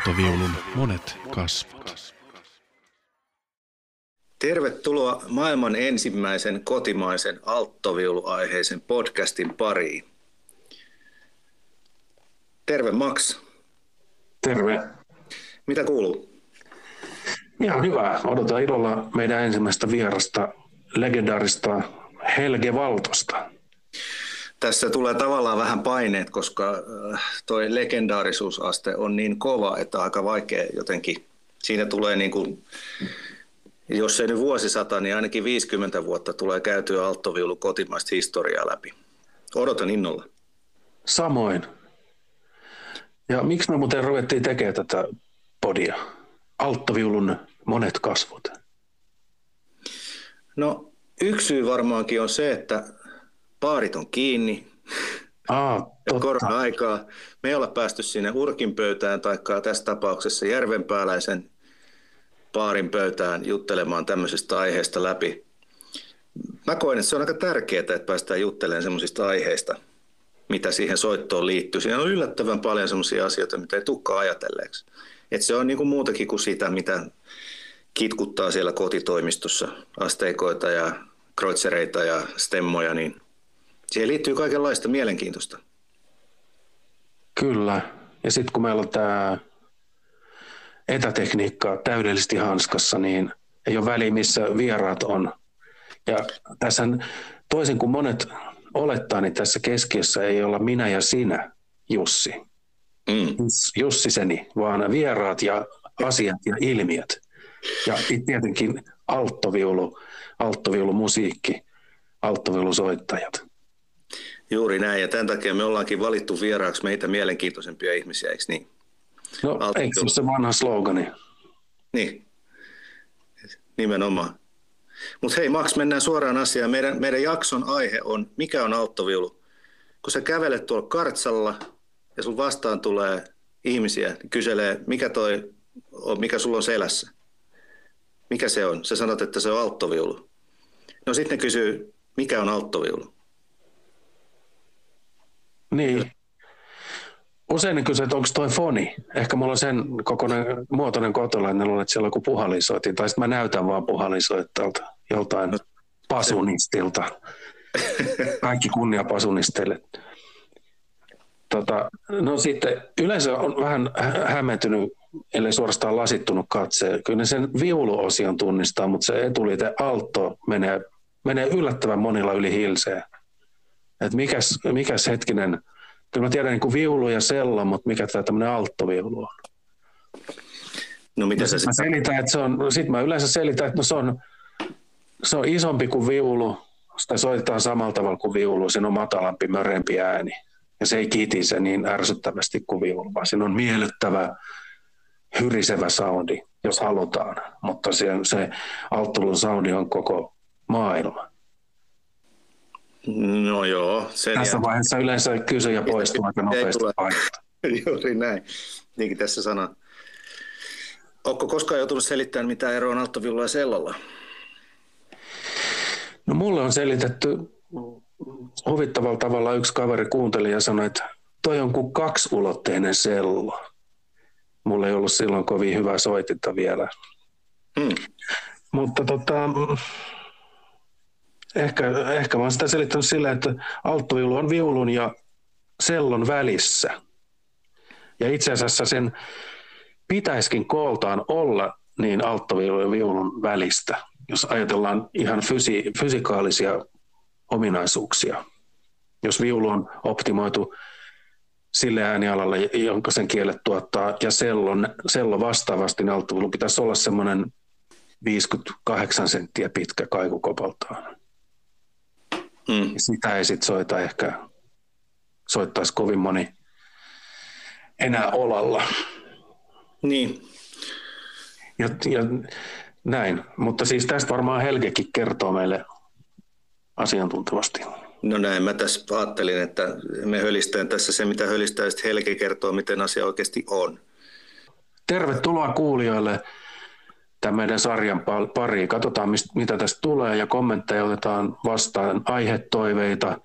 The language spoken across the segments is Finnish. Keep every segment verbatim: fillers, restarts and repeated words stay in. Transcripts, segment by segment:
Alttoviulun monet kasvot. Tervetuloa maailman ensimmäisen kotimaisen alttoviuluaiheisen podcastin pariin. Terve Max. Terve. Mitä kuuluu? Ihan hyvä. Odotan ilolla meidän ensimmäistä vierasta, legendaarista Helge Valtosta. Tässä tulee tavallaan vähän paineet, koska toi legendaarisuusaste on niin kova, että aika vaikea jotenkin. Siinä tulee niin kuin, jos ei nyt vuosisata, niin ainakin viisikymmentä vuotta tulee käytyä alttoviulu kotimaista historiaa läpi. Odotan innolla. Samoin. Ja miksi me muuten ruvettiin tekemään tätä podia? Alttoviulun monet kasvot. No yksi syy varmaankin on se, että baarit on kiinni. Aa, totta. Korona-aikaa. Me ei olla päästy sinne Urkin pöytään tai tässä tapauksessa Järvenpääläisen baarin pöytään juttelemaan tämmöisestä aiheesta läpi. Mä koen, että se on aika tärkeää, että päästään juttelemaan semmoisista aiheista, mitä siihen soittoon liittyy. Siinä on yllättävän paljon semmoisia asioita, mitä ei tulekaan ajatelleeksi. Että se on niin kuin muutakin kuin sitä, mitä kitkuttaa siellä kotitoimistossa, asteikoita ja kreutzereita ja stemmoja, niin siihen liittyy kaikenlaista mielenkiintoista. Kyllä. Ja sitten kun meillä on tämä etätekniikka täydellisesti hanskassa, niin ei ole väliä, missä vieraat on. Ja tässä toisin kuin monet olettaa, niin tässä keskiössä ei olla minä ja sinä, Jussi. Mm. Jussiseni, vaan vieraat ja asiat ja ilmiöt. Ja tietenkin alttoviulu, alttoviulumusiikki, alttoviulusoittajat. Juuri näin, ja tämän takia me ollaankin valittu vieraaksi meitä mielenkiintoisempia ihmisiä, eikö niin? No, alttoviulu. Eikö se ole se vanha slogani? Niin, nimenomaan. Mutta hei Max, mennään suoraan asiaan. Meidän, meidän jakson aihe on, mikä on alttoviulu? Kun sä kävelet tuolla kartsalla ja sun vastaan tulee ihmisiä, niin kyselee, mikä, toi on, mikä sulla on selässä. Mikä se on? Sä sanot, että se on alttoviulu. No sitten ne kysyy, mikä on alttoviulu? Niin. Usein ne kysyy, että onko toi foni. Ehkä mulla on sen kokoinen muotoinen kotona, että ne luulee, että siellä on joku puhallinsoitin. Tai sitten mä näytän vaan puhallinsoittalta joltain no, pasunistilta. Kaikki kunnia pasunisteille. Tota, no sitten yleensä on vähän hämmentynyt, ellei suorastaan lasittunut katseen. Kyllä ne sen viuluosion tunnistaa, mutta se etuliite altto menee, menee yllättävän monilla yli hilseen. Että mikäs, mikäs hetkinen, kyllä mä tiedän niin kuin viulu ja sello, mutta mikä tämä tämmöinen alttoviulu on. No mitä no, sä sit selitän, että se on, sit mä yleensä selitän, että no se, on, se on isompi kuin viulu, sitä soitetaan samalla tavalla kuin viulu, siinä on matalampi, mörempi ääni. Ja se ei kitise niin ärsyttävästi kuin viulu, vaan siinä on miellyttävä, hyrisevä soundi, jos halutaan. Mutta se, se alttoviulun soundi on koko maailma. No joo. Sen tässä jälkeen vaiheessa yleensä kysyjä poistuu aika nopeasti paikasta. Juuri näin. Niinkin tässä sanoo. Oletko koskaan joutunut selittämään, mitä eroa on alttoviululla ja sellolla? No mulle on selitetty huvittavalla tavalla. Yksi kaveri kuunteli ja sanoi, että toi on kuin kaksiulotteinen sello. Mulla ei ollut silloin kovin hyvää soitinta vielä. Hmm. Mutta tota, ehkä, ehkä mä oon sitä selittänyt sillä, että alttoviulu on viulun ja sellon välissä. Ja itse asiassa sen pitäisikin kooltaan olla niin alttoviulun ja viulun välistä, jos ajatellaan ihan fysi, fysikaalisia ominaisuuksia. Jos viulu on optimoitu sille äänialalle, jonka sen kielet tuottaa, ja sellon, sello vastaavasti, niin alttoviulu pitäisi olla semmoinen viisikymmentäkahdeksan senttiä pitkä kaikukopaltaan. Mm. Sitä ei sitten soita ehkä, soittaisi kovin moni enää olalla. Niin. Ja, ja näin, mutta siis tästä varmaan Helgekin kertoo meille asiantuntevasti. No näin, mä tässä ajattelin, että me hölistään tässä se, mitä hölistää, ja sitten Helge kertoo, miten asia oikeasti on. Tervetuloa kuulijoille tämän meidän sarjan pariin. Katsotaan, mitä tästä tulee, ja kommentteja otetaan vastaan, aihetoiveita.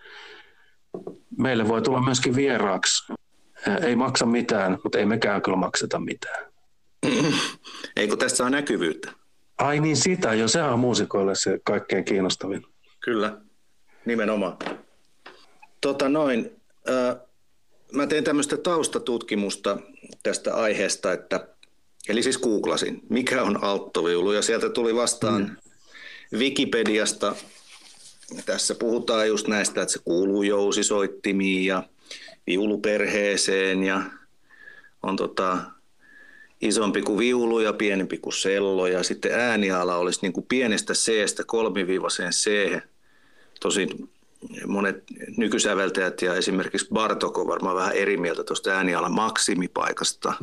Meille voi tulla myöskin vieraaksi. Ei maksa mitään, mutta ei mekään kyllä makseta mitään. Eikö tässä on näkyvyyttä? Ai niin sitä, jo sehän on muusikoille se kaikkein kiinnostavin. Kyllä, nimenomaan. Tota noin, äh, mä tein tämmöistä taustatutkimusta tästä aiheesta, että, eli siis googlasin, mikä on alttoviulu, ja sieltä tuli vastaan mm. Wikipediasta. Tässä puhutaan just näistä, että se kuuluu jousisoittimiin ja viuluperheeseen ja on tota, isompi kuin viulu ja pienempi kuin sello. Ja sitten ääniala olisi niin kuin pienestä C-stä kolmiviivaiseen C. Tosin monet nykysäveltäjät ja esimerkiksi Bartok on varmaan vähän eri mieltä tuosta äänialan maksimipaikasta.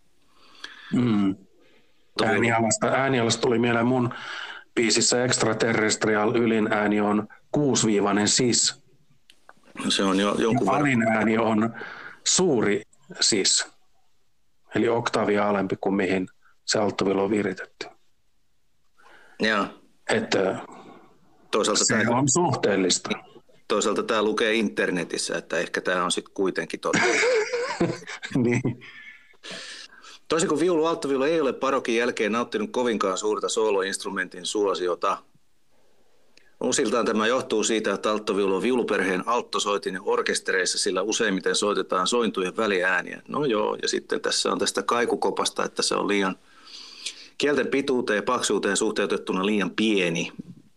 Mm. Äänialasta, äänialasta tuli mieleen mun biisissä Extraterrestrial ylin ääni on kuusiviivainen sis. No se on jo jonkun verran. Alin ääni on suuri sis, eli oktaavia alempi kuin mihin se alttoviulu on viritetty. Joo. Että toisaalta se tämä, on suhteellista. Toisaalta tämä lukee internetissä, että ehkä tämä on sitten kuitenkin totta. Niin. Toisin kuin viulu, alttoviulu ei ole barokin jälkeen nauttinut kovinkaan suurta sooloinstrumentin suosiota. Osiltaan tämä johtuu siitä, että alttoviulu on viuluperheen alttosoitin ja orkestereissa, sillä useimmiten soitetaan sointujen väliääniä. No joo, ja sitten tässä on tästä kaikukopasta, että se on liian kielten pituuteen ja paksuuteen suhteutettuna liian pieni.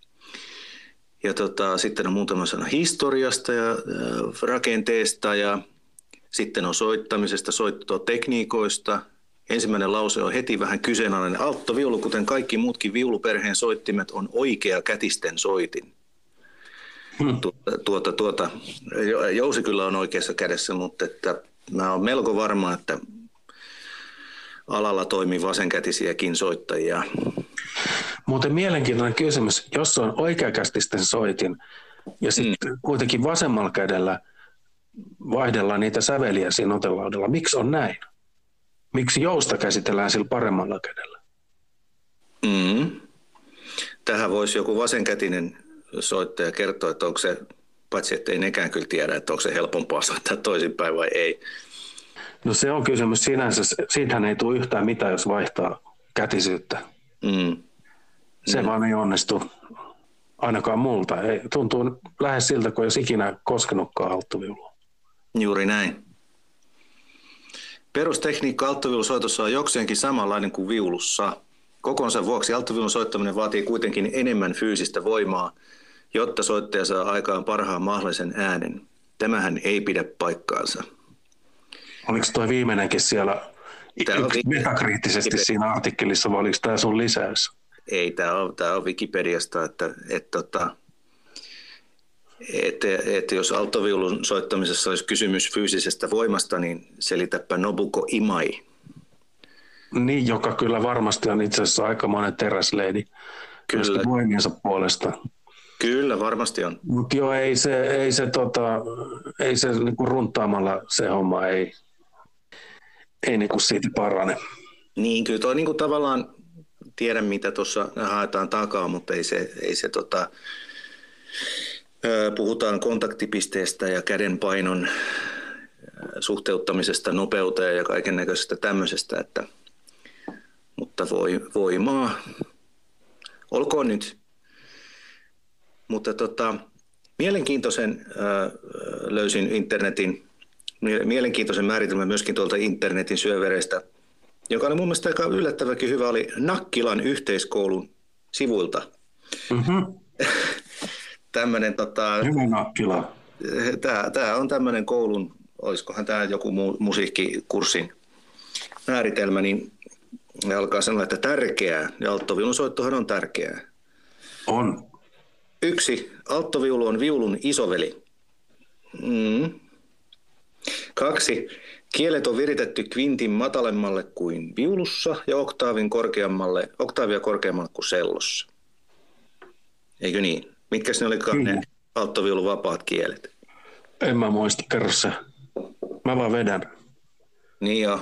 Ja tota, sitten on muutama sana historiasta ja, ja rakenteesta ja sitten on soittamisesta, soittotekniikoista. Ensimmäinen lause on heti vähän kyseenalainen. Alttoviulu, kuten kaikki muutkin viuluperheen soittimet, on oikea kätisten soitin. Hmm. Tuota, tuota, tuota, jousi kyllä on oikeassa kädessä, mutta että mä olen melko varma, että alalla toimii vasenkätisiäkin soittajia. Muuten mielenkiintoinen kysymys. Jos on oikeakätisten soitin ja sitten hmm. kuitenkin vasemmalla kädellä vaihdellaan niitä säveliä siinä notelaudella, miksi on näin? Miksi jousta käsitellään sillä paremmalla kädellä? Mm. Tähän voisi joku vasenkätinen soittaja kertoa, että onko se, paitsi että ei nekään kyllä tiedä, että onko se helpompaa soittaa toisinpäin vai ei. No se on kysymys sinänsä. Siitähän ei tule yhtään mitään, jos vaihtaa kätisyyttä. Mm. Se mm. vaan ei onnistu ainakaan multa. Ei, tuntuu lähes siltä, kun ei olisi ikinä koskenutkaan alttoviulua. Juuri näin. Perustekniikka alttoviulusoitossa on jokseenkin samanlainen kuin viulussa. Kokonsa vuoksi alttoviulun soittaminen vaatii kuitenkin enemmän fyysistä voimaa, jotta soittaja saa aikaan parhaan mahdollisen äänen. Tämähän ei pidä paikkaansa. Oliko tuo viimeinenkin siellä metakriittisesti siinä artikkelissa, vai oliko tämä sun lisäys? Ei, tämä on, tämä on Wikipediasta, että, että, että, että, että jos alttoviulun soittamisessa olisi kysymys fyysisestä voimasta, niin selitäpä Nobuko Imai. Niin, joka kyllä varmasti on itse asiassa aikamoinen teräsleidi kyllä voimiensa puolesta. Kyllä, varmasti on. Mutta joo, ei se, ei se, tota, ei se niinku runtaamalla se homma ei, ei niinku siitä parane. Niin, kyllä toi niinku tavallaan tiedän, mitä tuossa haetaan takaa, mutta ei se, ei se tota, puhutaan kontaktipisteestä ja kädenpainon suhteuttamisesta nopeuteen ja kaiken näköisestä tämmöisestä, että, mutta voi, voimaa, olkoon nyt. Mutta tota, mielenkiintoisen äh, löysin internetin, mielenkiintoisen määritelmän myöskin tuolta internetin syövereistä, joka oli mun mielestä aika yllättäväkin hyvä, oli Nakkilan yhteiskoulun sivuilta. Mm-hmm. Tämmönen, tota, hyvä Nakkila. Tämä, tämä on tämmöinen koulun, olisikohan tämä joku mu- musiikkikurssin määritelmä, niin alkaa sanoa, että tärkeää, ja alttoviulun soittohan on tärkeää. On. Yksi, alttoviulu on viulun isoveli. Mm. Kaksi, kielet on viritetty kvintin matalemmalle kuin viulussa ja oktaavin korkeammalle, oktaavia korkeammalle kuin sellossa. Eikö niin? Mitkäs ne olikaan ne alttoviulun vapaat kielet? En mä muista, kerro se. Mä vaan vedän. Niin joo.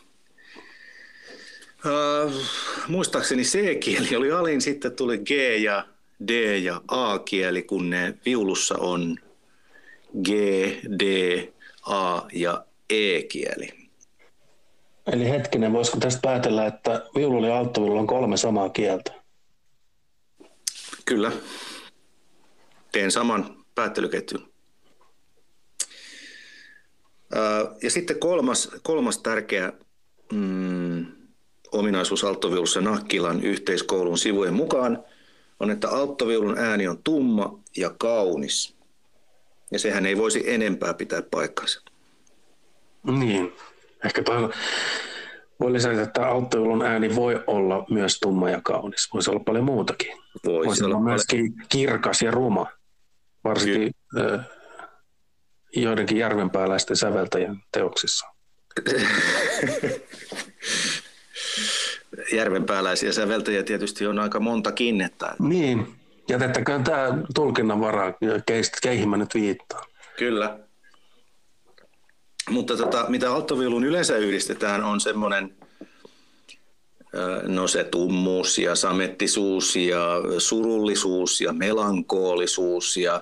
Uh, muistaakseni C-kieli oli alin, sitten tuli G ja D ja A-kieli, kun ne viulussa on G, D, A ja E-kieli. Eli hetkinen, voisiko tästä päätellä, että viululla ja alttoviululla on kolme samaa kieltä? Kyllä. Teen saman päättelyketjun. Ja sitten kolmas, kolmas tärkeä mm, ominaisuus alttoviulussa Nakkilan yhteiskoulun sivujen mukaan on, että alttoviulun ääni on tumma ja kaunis. Ja sehän ei voisi enempää pitää paikkansa. Niin, ehkä toi voi lisätä, että alttoviulun ääni voi olla myös tumma ja kaunis. Voisi olla paljon muutakin. Voisi, Voisi olla myöskin paljon kirkas ja ruma, varsinkin äh, joidenkin järvenpääläisten säveltäjän teoksissa. Järvenpääläisiä säveltäjiä tietysti on aika montakin. Että... Niin, jätettäköön tämä tulkinnan varaa, keihin mä nyt viittaan. Kyllä. Mutta tota, mitä alttoviuluun yleensä yhdistetään on semmoinen, no se tummuus ja samettisuus ja surullisuus ja melankolisuus ja,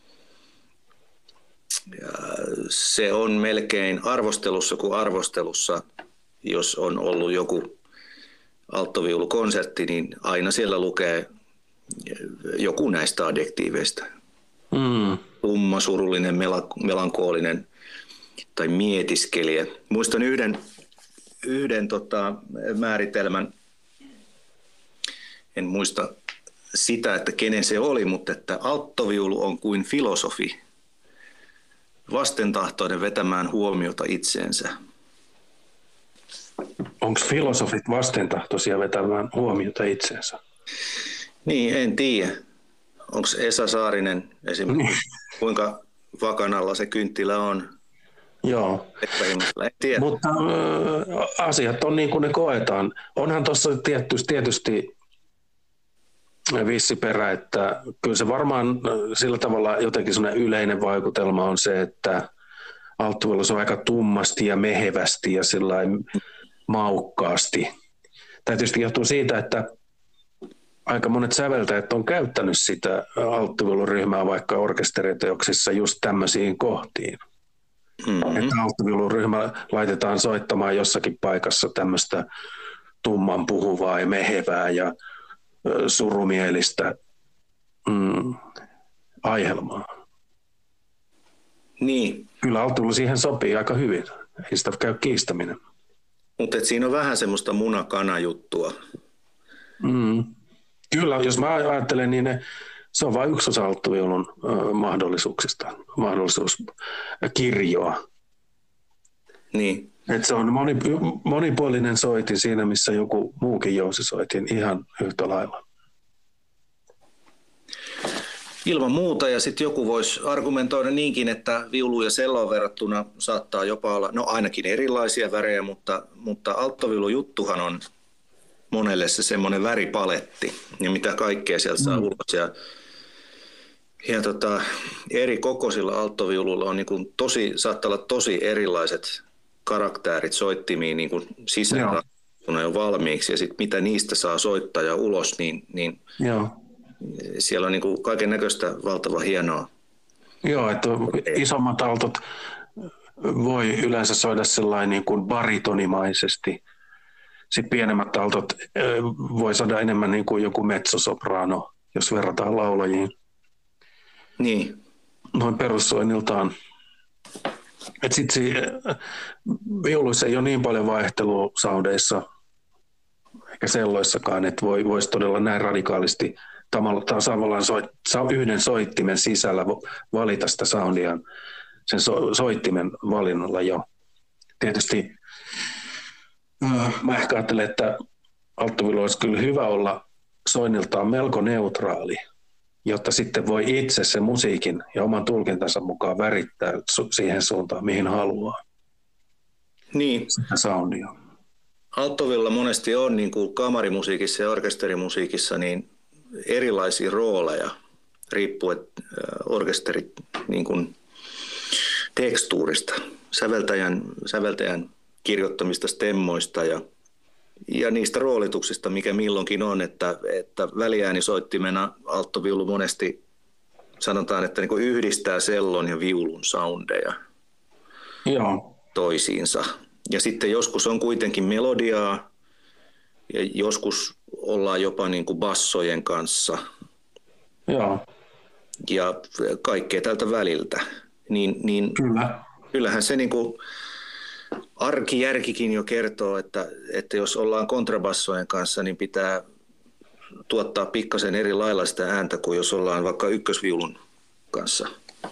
ja se on melkein arvostelussa kuin arvostelussa, jos on ollut joku alttoviulukonsertti, niin aina siellä lukee joku näistä adjektiiveista. Mm. Tumma, surullinen, melankoolinen tai mietiskelijä. Muistan yhden, yhden tota, määritelmän, en muista sitä, että kenen se oli, mutta että alttoviulu on kuin filosofi, vastentahtoinen vetämään huomiota itseensä. Onko filosofit vastentahtoisia vetämään huomiota itseensä? Niin, en tiedä. Onko Esa Saarinen esimerkiksi, kuinka vakanalla se kynttilä on? Joo, mutta äh, asiat on niin kuin ne koetaan. Onhan tuossa tietysti, tietysti vissi perä, että kyllä se varmaan sillä tavalla jotenkin sellainen yleinen vaikutelma on se, että alttoviulussa on aika tummasti ja mehevästi ja sillain maukkaasti. Tämä tietysti johtuu siitä, että aika monet säveltäjät on käyttänyt sitä alttoviuluryhmää vaikka orkesteriteoksissa just tämmöisiin kohtiin. Mm-hmm. Että alttoviuluryhmä laitetaan soittamaan jossakin paikassa tämmöistä tumman puhuvaa ja mehevää ja surumielistä mm, aihelmaa. Niin. Kyllä alttoviulu siihen sopii aika hyvin. Ei sitä käy kiistäminen. Mutta siinä on vähän semmoista munakana-juttua. Mm. Kyllä, jos mä ajattelen, niin ne, se on vain yksi osa alttoviulun äh, mahdollisuuksista, mahdollisuus kirjoa. Niin. Et se on moni, monipuolinen soitin siinä, missä joku muukin jousisoitin ihan yhtä lailla. Ilman muuta, ja sitten joku voisi argumentoida niinkin, että viuluun ja selloon verrattuna saattaa jopa olla, no ainakin erilaisia värejä, mutta, mutta alttoviulujuttuhan on monelle se semmoinen väripaletti, ja mitä kaikkea sieltä saa mm. ulos. Ja, ja tota, eri kokoisilla alttoviuluilla on niin kuin tosi, saattaa olla tosi erilaiset karaktäärit soittimiin niin kuin sisäänrakennettuna jo valmiiksi, ja sitten mitä niistä saa soittaa ja ulos, niin, niin Joo. siellä on niin kuin kaiken näköistä valtavan hienoa. Joo, että isommat altot voi yleensä soida sellainen niin kuin baritonimaisesti. Sitten pienemmät altot voi saada enemmän niin kuin joku mezzosoprano, jos verrataan laulajiin. Niin. Noin perussoinniltaan. Sitten viuluissa ei ole niin paljon vaihtelua soundeissa, eikä selloissakaan, että voi, voisi todella näin radikaalisti tavallaan soit, yhden soittimen sisällä valita sitä soundia sen so, soittimen valinnalla jo. Tietysti äh, mä ehkä ajattelen, että alttoviulu olisi kyllä hyvä olla soinniltaan melko neutraali, jotta sitten voi itse sen musiikin ja oman tulkintansa mukaan värittää su- siihen suuntaan, mihin haluaa. Niin. Sitä soundia. Alttoviululla monesti on niin kuin kamarimusiikissa ja orkesterimusiikissa niin erilaisia rooleja, riippuen orkesterin niin kuin tekstuurista, säveltäjän, säveltäjän kirjoittamista stemmoista ja, ja niistä roolituksista, mikä milloinkin on, että, että väliäänisoittimena alttoviulu monesti sanotaan, että niin kuin yhdistää sellon ja viulun soundeja Joo. toisiinsa. Ja sitten joskus on kuitenkin melodiaa ja joskus ollaan jopa niin kuin bassojen kanssa. Joo. Ja kaikkea tältä väliltä. Niin, niin Kyllä. Kyllähän se niin kuin arkijärkikin jo kertoo, että, että jos ollaan kontrabassojen kanssa, niin pitää tuottaa pikkasen eri lailla sitä ääntä kuin jos ollaan vaikka ykkösviulun kanssa.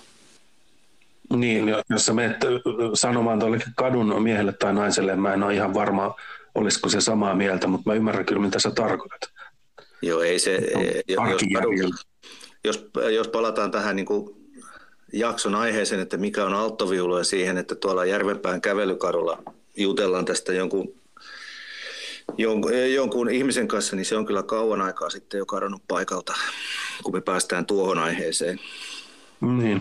Niin, jos sä menet sanomaan tuollekin kadun miehelle tai naiselle, mä en ole ihan varma, olisiko se samaa mieltä, mutta mä ymmärrän kyllä, mitä sä tarkoitat. Joo, ei se, jos, jos, jos palataan tähän niin kuin jakson aiheeseen, että mikä on alttoviulu ja siihen, että tuolla Järvenpään kävelykadulla jutellaan tästä jonkun, jonkun, jonkun ihmisen kanssa, niin se on kyllä kauan aikaa sitten jo kadonnut paikalta, kun me päästään tuohon aiheeseen. Niin.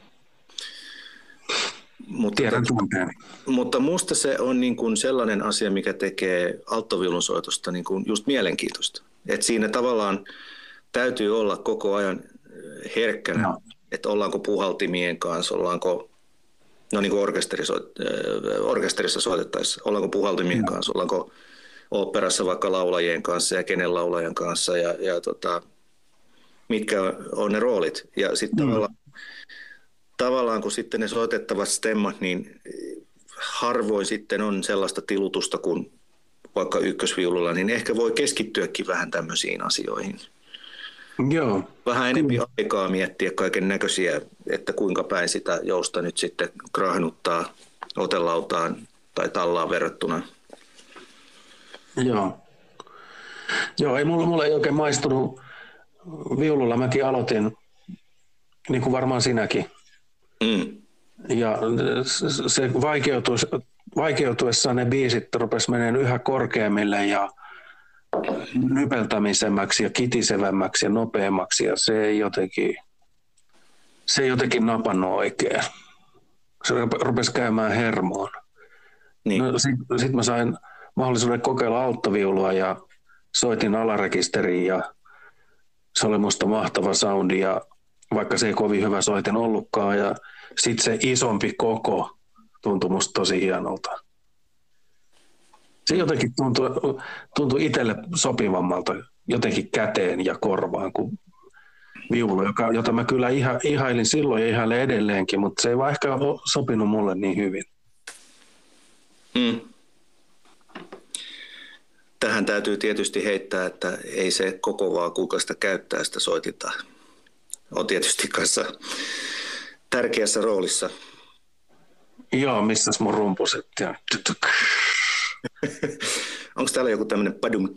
Mutta, Tiedän tunteeni. mutta musta se on niin kuin sellainen asia, mikä tekee alttoviulun soitosta niin kuin just mielenkiintoista. Et siinä tavallaan täytyy olla koko ajan herkkänä, no. Että ollaanko puhaltimien kanssa, ollaanko, no niin kuin orkesterissa soitettaessa, ollaanko puhaltimien no. kanssa, ollaanko oopperassa vaikka laulajien kanssa ja kenen laulajan kanssa ja, ja tota, mitkä on ne roolit. Ja sitten no. tavallaan, tavallaan kun sitten ne soitettavat stemmat, niin harvoin sitten on sellaista tilutusta kuin vaikka ykkösviululla, niin ehkä voi keskittyäkin vähän tämmöisiin asioihin. Joo. Vähän enemmän aikaa miettiä kaiken näköisiä, että kuinka päin sitä jousta nyt sitten krahnuttaa otelautaan tai tallaan verrattuna. Joo. Joo, ei mulla, mulla ei oikein maistunut viululla. Mäkin aloitin, niin kuin varmaan sinäkin. Mm. Ja se vaikeutuisi, vaikeutuessaan ne biisit rupesi menemään yhä korkeammille ja nypeltämisemmäksi ja kitisevämmäksi ja nopeammaksi, ja se ei jotenkin, se ei jotenkin napannut oikein. Se rupesi käymään hermoon. Niin. No, Sitten sit mä sain mahdollisuuden kokeilla alttoviulua ja soitin alarekisteriin, ja se oli musta mahtava soundi, ja vaikka se ei kovin hyvä soitin ollutkaan, ja sitten se isompi koko tuntui musta tosi hienolta. Se jotenkin tuntui, tuntui itselle sopivammalta jotenkin käteen ja korvaan kuin viulu, joka, jota mä kyllä iha, ihailin silloin ja ihailen edelleenkin, mutta se ei vaan ehkä ole sopinut mulle niin hyvin. Hmm. Tähän täytyy tietysti heittää, että ei se koko vaan kuinka sitä käyttää sitä soitinta. On tietysti kanssa tärkeässä roolissa. Joo, missäs mun rumpuset? Onko täällä joku tämmöinen padum?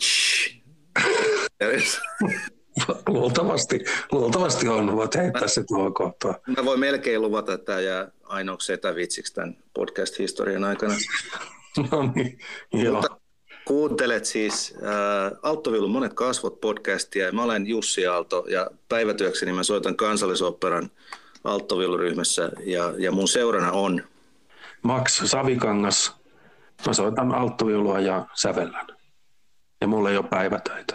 luultavasti, luultavasti on. Voit heittää se tuohon kohtaan. Mä voin melkein luvata, että tämä jää ainoaksi etävitsiksi tämän podcast-historian aikana. No niin, joo. Mutta kuuntelet siis äh, Alttoviulun monet kasvot podcastia, ja mä olen Jussi Aalto, ja päivätyökseni mä soitan Kansallisoopperan alttoviuluryhmässä, ja, ja mun seurana on Max Savikangas. Mä soitan alttoviulua ja sävellän. Ja mulla ei ole päivätöitä.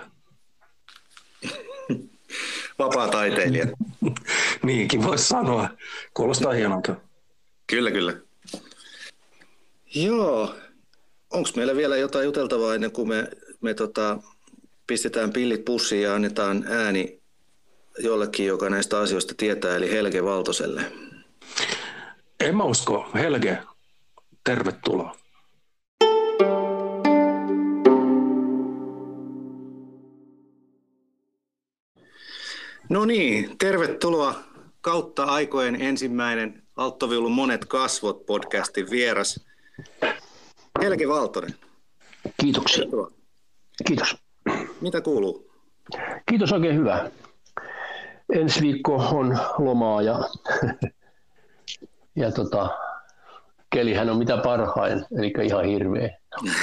Vapaa taiteilija. Niinkin voisi sanoa. Kuulostaa hienolta. Kyllä, kyllä. Joo. Onko meillä vielä jotain juteltavaa ennen kuin me, me tota, pistetään pillit pussiin ja annetaan ääni jollekin, joka näistä asioista tietää, eli Helge Valtoselle? En mä usko. Helge, tervetuloa. No niin, tervetuloa kautta aikojen ensimmäinen Alttoviulun monet kasvot -podcastin vieras Helge Valtonen. Kiitoksia. Tervetuloa. Kiitos. Mitä kuuluu? Kiitos, oikein hyvä. Ensi viikko on lomaa ja, ja tota, kelihän on mitä parhain, eli ihan hirveä.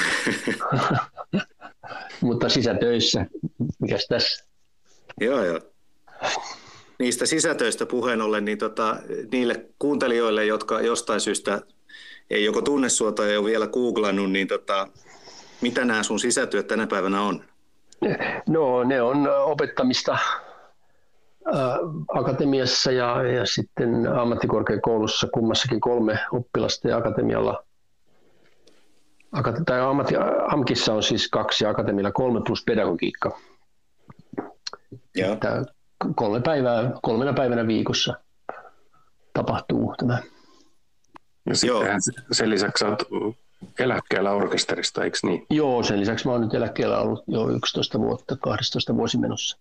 Mutta sisätöissä, mikäs tässä? Joo, joo. Niistä sisätöistä puheen ollen, niin tota, niille kuuntelijoille, jotka jostain syystä ei joko tunne sua tai ei ole vielä googlannut, niin tota, mitä nämä sun sisätyöt tänä päivänä on? No ne on opettamista ää, akatemiassa ja, ja sitten ammattikorkeakoulussa, kummassakin kolme oppilasta ja akatemialla. tai ammatti, AMKissa on siis kaksi ja akatemialla kolme plus pedagogiikka. Että kolme päivää, kolmena päivänä viikossa tapahtuu tämä. Ja sitten sen lisäksi olet eläkkeellä orkesterista, eikö niin? Joo, sen lisäksi mä oon nyt eläkkeellä ollut jo yksitoista vuotta, kaksitoista vuosimenossa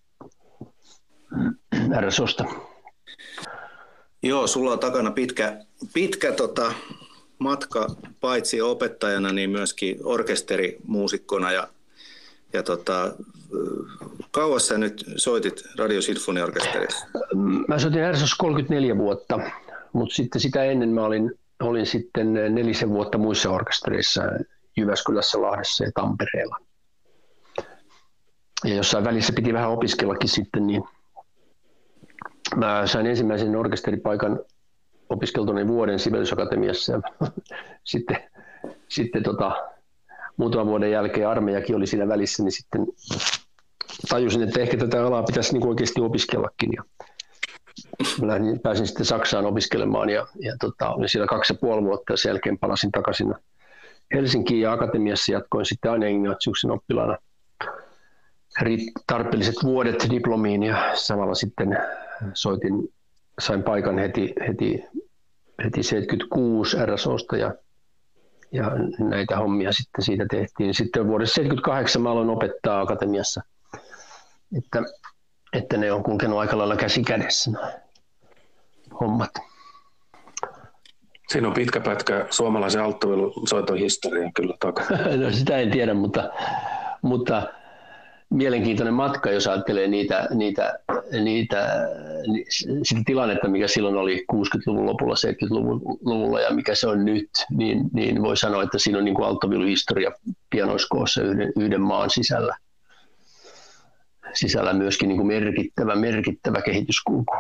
R S O:sta. Joo, sulla on takana pitkä, pitkä tota, matka paitsi opettajana, niin myöskin orkesterimuusikkona. Ja, ja tota, kauas sä nyt soitit Radiosinfoniaorkesterissa? Mä soitin R S O:ssa kolmekymmentäneljä vuotta, mutta sitten sitä ennen mä olin, olin sitten nelisen vuotta muissa orkestereissa Jyväskylässä, Lahdessa ja Tampereella. Ja jossain välissä piti vähän opiskellakin sitten, niin mä sain ensimmäisen orkesteripaikan opiskeltuani vuoden Sibelius-akatemiassa ja sitten, sitten tota, muutaman vuoden jälkeen armeijakin oli siinä välissä, niin sitten tajusin, että ehkä tätä alaa pitäisi niin oikeasti opiskellakin. Ja lähdin, pääsin sitten Saksaan opiskelemaan ja, ja tota, olin siellä kaksi ja puoli vuotta ja sen jälkeen palasin takaisin Helsinkiin ja akatemiassa jatkoin sitten Aine Ignatiuksen oppilaana tarpeelliset vuodet diplomiin ja samalla sitten soitin, sain paikan heti, heti, heti seitsemänkymmentäkuusi R S O:sta ja, ja näitä hommia sitten siitä tehtiin. Sitten vuodessa seitsemänkymmentäkahdeksan mä aloin opettaa akatemiassa, että, että ne on kulkenut aika lailla käsi kädessä nämä hommat. Siinä on pitkä pätkä suomalaisen alttoviulunsoiton historiaa kyllä takana. No sitä en tiedä, mutta, mutta mielenkiintoinen matka, jos ajattelee niitä, niitä, niitä, sitä tilannetta, mikä silloin oli kuusikymmentäluvun lopulla, seitsemänkymmentäluvulla ja mikä se on nyt, niin, niin voi sanoa, että siinä on niin kuin alttoviuluhistoria pianoiskoossa yhden, yhden maan sisällä. Sisällä myöskin niin kuin merkittävä, merkittävä kehityskulku.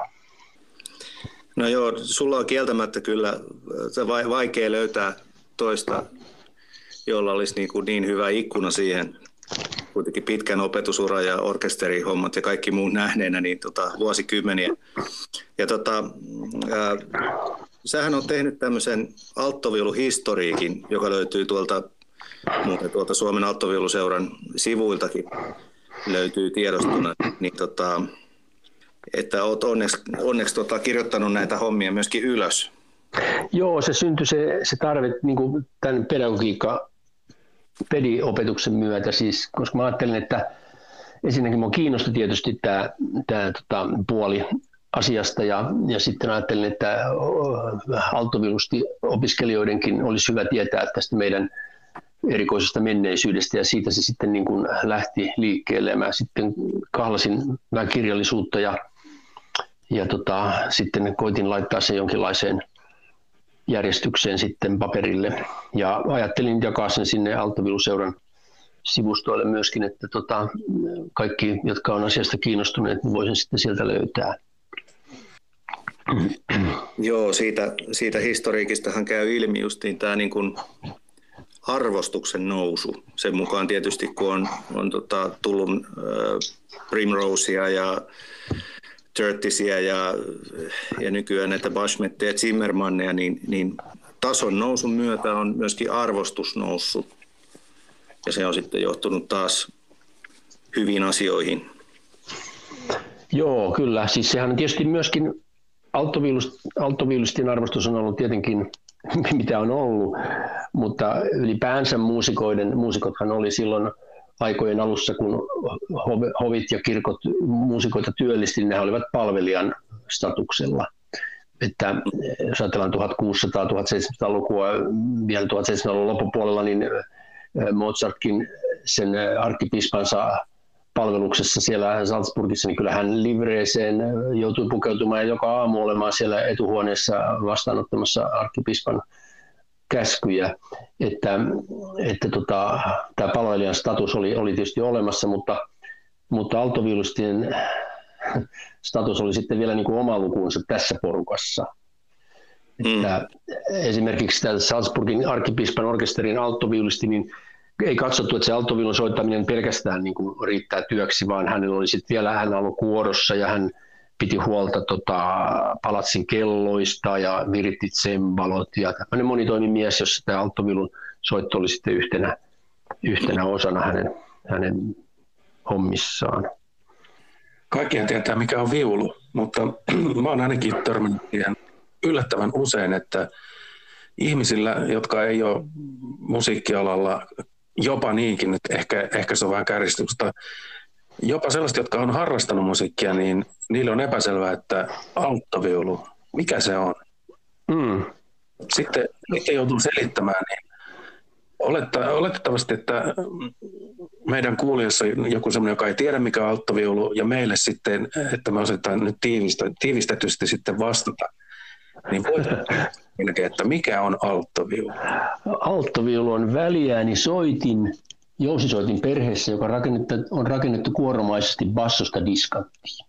No joo, sulla on kieltämättä kyllä vaikea löytää toista, jolla olisi niin, kuin niin hyvä ikkuna siihen. Kuitenkin pitkän opetusura ja orkesterihommat ja kaikki muun nähneenä, niin tota, vuosikymmeniä. Ja tota, ää, sähän on tehnyt tämmöisen alttoviuluhistoriikin, joka löytyy tuolta, tuolta Suomen alttoviuluseuran sivuiltakin, löytyy tiedostuna, niin tota, että olet onneksi, onneksi tota, kirjoittanut näitä hommia myöskin ylös. Joo, se syntyi se, se tarve niin kuin tämän pedagogiikka pediopetuksen myötä, siis, koska mä ajattelin, että ensinnäkin minua kiinnosti tietysti tämä, tämä tota, puoli asiasta ja, ja sitten ajattelin, että alttoviulusti opiskelijoidenkin olisi hyvä tietää tästä meidän erikoisesta menneisyydestä ja siitä se sitten niin kuin lähti liikkeelle. Mä sitten kahlasin vähän kirjallisuutta ja, ja tota, sitten koitin laittaa sen jonkinlaiseen järjestykseen sitten paperille ja ajattelin jakaa sen sinne alttoviuluseuran sivustoille myöskin, että tota, kaikki, jotka on asiasta kiinnostuneet, niin voisin sitten sieltä löytää. Joo, siitä, siitä historiikistahan käy ilmi justiin tämä niin kuin arvostuksen nousu. Sen mukaan tietysti, kun on, on tota, tullut äh, Primrosea ja Curtisia ja, ja nykyään näitä Bashmetteja ja Zimmermanneja, niin, niin tason nousun myötä on myöskin arvostus noussut. Ja se on sitten johtunut taas hyviin asioihin. Joo, kyllä. Siis sehän on tietysti myöskin alttoviulistin arvostus on ollut tietenkin mitä on ollut, mutta ylipäänsä muusikoiden, muusikothan oli silloin aikojen alussa, kun hovit ja kirkot muusikoita työllisti, niin ne olivat palvelijan statuksella. Että jos ajatellaan tuhatkuusisataa-tuhatseitsemänsataalukua, vielä tuhatseitsemänsataaluvun loppupuolella, niin Mozartkin sen arkkipiispansa palveluksessa siellä Salzburgissa, niin kyllä hän livreeseen joutui pukeutumaan ja joka aamu olemaan siellä etuhuoneessa vastaanottamassa arkkipiispan käskyjä, että, että tota, tämä palvelijan status oli, oli tietysti olemassa, mutta, mutta alttoviulistien status oli sitten vielä niin kuin oma lukuunsa tässä porukassa. Mm. Että esimerkiksi tämä Salzburgin arkkipiispan orkesterin alttoviulisti, niin ei katsottu, että se alttoviulun soittaminen pelkästään niin kuin riittää työksi, vaan hänellä oli sitten vielä, hän ollut kuorossa ja hän piti huolta tota, palatsin kelloista ja viritti tsembalot ja tämmöinen monitoimimies, jossa tämä alttoviulun soitto oli sitten yhtenä, yhtenä osana hänen, hänen hommissaan. Kaikkihan tietää, mikä on viulu, mutta mä oon ainakin törmännyt siihen yllättävän usein, että ihmisillä, jotka ei ole musiikkialalla, jopa niinkin, että ehkä, ehkä se on vähän kärjistystä, jopa sellaiset, jotka on harrastanut musiikkia, niin niille on epäselvää, että alttoviulu, mikä se on? Mm. Sitten, sitten joutuu selittämään, niin oletta, oletettavasti, että meidän kuulijoissa joku sellainen, joka ei tiedä, mikä on alttoviulu, ja meille sitten, että me osataan nyt tiivistetysti sitten vastata, niin voidaan että mikä on alttoviulu? Alttoviulu on väliäänisoitin, jousisoitin perheessä, joka rakennettu, on rakennettu kuoromaisesti bassosta diskanttiin.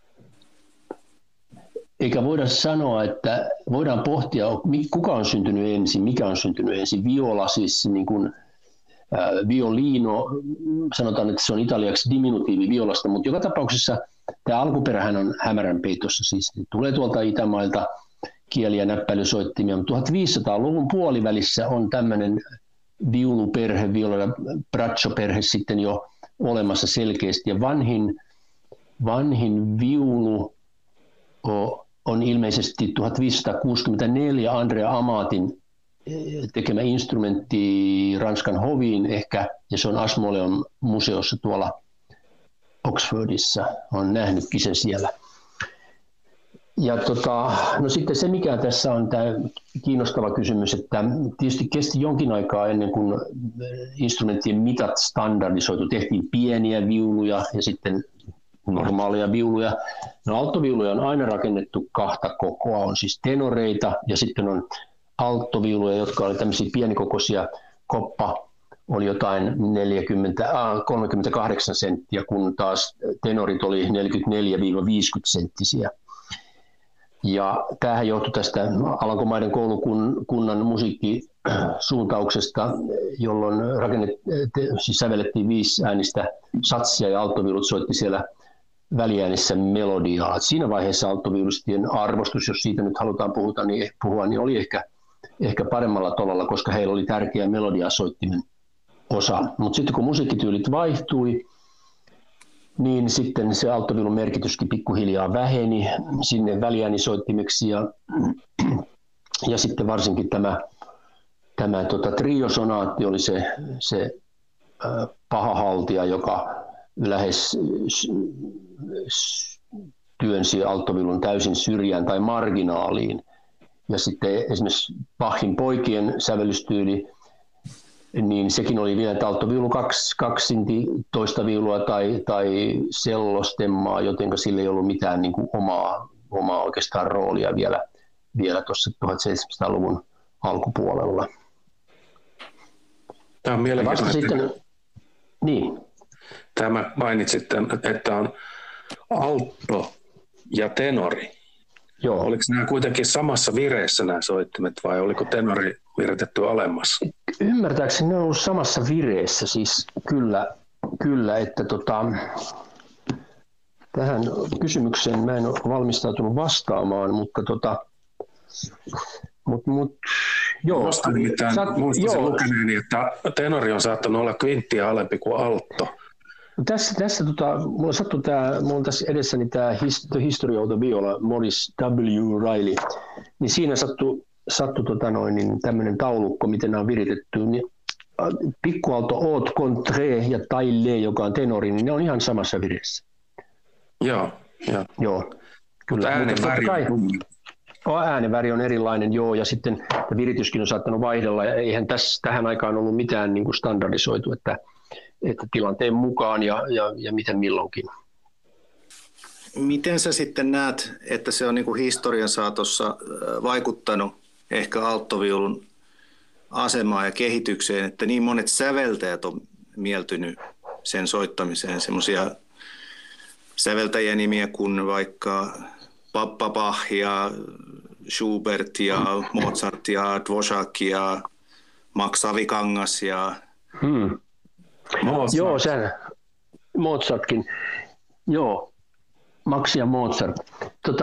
Eikä voida sanoa, että voidaan pohtia, kuka on syntynyt ensin, mikä on syntynyt ensin. Viola, siis niin kuin, äh, violino, sanotaan, että se on italiaksi diminutiivi violasta, mutta joka tapauksessa tämä alkuperähän on hämärän peitossa, siis tulee tuolta Itämailta kieli- ja näppäilysoittimia, mutta tuhatviisisataaluvun puolivälissä on tämmöinen viuluperhe, viola braccio-perhe sitten jo olemassa selkeästi, ja vanhin, vanhin viulu on ilmeisesti tuhatviisisataakuusikymmentäneljä Andrea Amatin tekemä instrumentti Ranskan hoviin ehkä, ja se on Ashmoleon museossa tuolla Oxfordissa, on nähnytkin sen siellä. Ja tota, no sitten se, mikä tässä on tämä kiinnostava kysymys, että tietysti kesti jonkin aikaa ennen kuin instrumenttien mitat standardisoitu, tehtiin pieniä viuluja ja sitten normaaleja viuluja. No alttoviuluja on aina rakennettu kahta kokoa, on siis tenoreita ja sitten on alttoviuluja, jotka oli tämmöisiä pienikokoisia. Koppa oli jotain neljäkymmentä, äh, kolmekymmentäkahdeksan senttiä, kun taas tenorit oli neljäkymmentäneljä viisikymmentä senttisiä. Ja tämähän johtui tästä Alankomaiden koulukunnan musiikkisuuntauksesta, jolloin rakennet, siis sävellettiin viisi äänistä satsia ja alttoviulut soitti siellä väliäänissä melodiaa. Siinä vaiheessa alttoviulistien arvostus, jos siitä nyt halutaan puhuta, niin, puhua, niin oli ehkä, ehkä paremmalla tolalla, koska heillä oli tärkeä melodiasoittimen osa. Mutta sitten kun musiikkityylit vaihtui, niin sitten se alttoviulun merkityskin pikkuhiljaa väheni sinne väliäänisoittimeksi ja, ja sitten varsinkin tämä, tämä tota, triosonaatti oli se, se äh, paha haltija, joka lähes työnsi alttoviulun täysin syrjään tai marginaaliin. Ja sitten esimerkiksi Bachin poikien sävellystyyli, niin sekin oli vielä, että alttoviulu kaksi, kaksinti toista viulua tai, tai sellostemmaa, joten sillä ei ollut mitään niin kuin omaa, omaa oikeastaan roolia vielä, vielä tuossa tuhatseitsemänsataaluvun alkupuolella. Tämä on mielenkiintoinen. Sitten, niin. Tämä mainitsit, että on altto ja tenori. Joo. Oliko nämä kuitenkin samassa vireessä nämä soittimet vai oliko tenori viritetty alemmas? Ymmärtääkseni ne on ollut samassa vireessä, siis kyllä, kyllä että tota, tähän kysymykseen mä en ole valmistautunut vastaamaan, mutta tota, mut, mut, joo. Musta nimittäin Saat, muistaisin lukeneeni, että tenori on saattanut olla kvinttiä alempi kuin altto. Tässä, tässä tota, mulla sattui tää, mulla on tässä edessäni tämä The History of the Viola, Morris W. Riley, niin siinä sattui, sattui tota noin, niin tämmöinen taulukko, miten nämä on viritetty, niin pikkualto haute contre ja taille, joka on tenori, niin ne on ihan samassa vireessä. Joo, joo. Joo, kyllä. Äänenväri on äänenväri on erilainen, joo, ja sitten virityskin on saattanut vaihdella, ja eihän tässä, tähän aikaan ollut mitään niin kuin standardisoitu, että että tilanteen mukaan ja, ja, ja miten milloinkin. Miten sä sitten näet, että se on niin kuin historian saatossa vaikuttanut ehkä alttoviulun asemaan ja kehitykseen, että niin monet säveltäjät on mieltynyt sen soittamiseen, semmoisia säveltäjien nimiä kuin vaikka Papa Bach ja Schubert ja Mozart ja Dvořák ja Max Avikangas ja hmm. Mozart. Joo, sen Mozartkin. Joo, Max ja Mozart. Tota,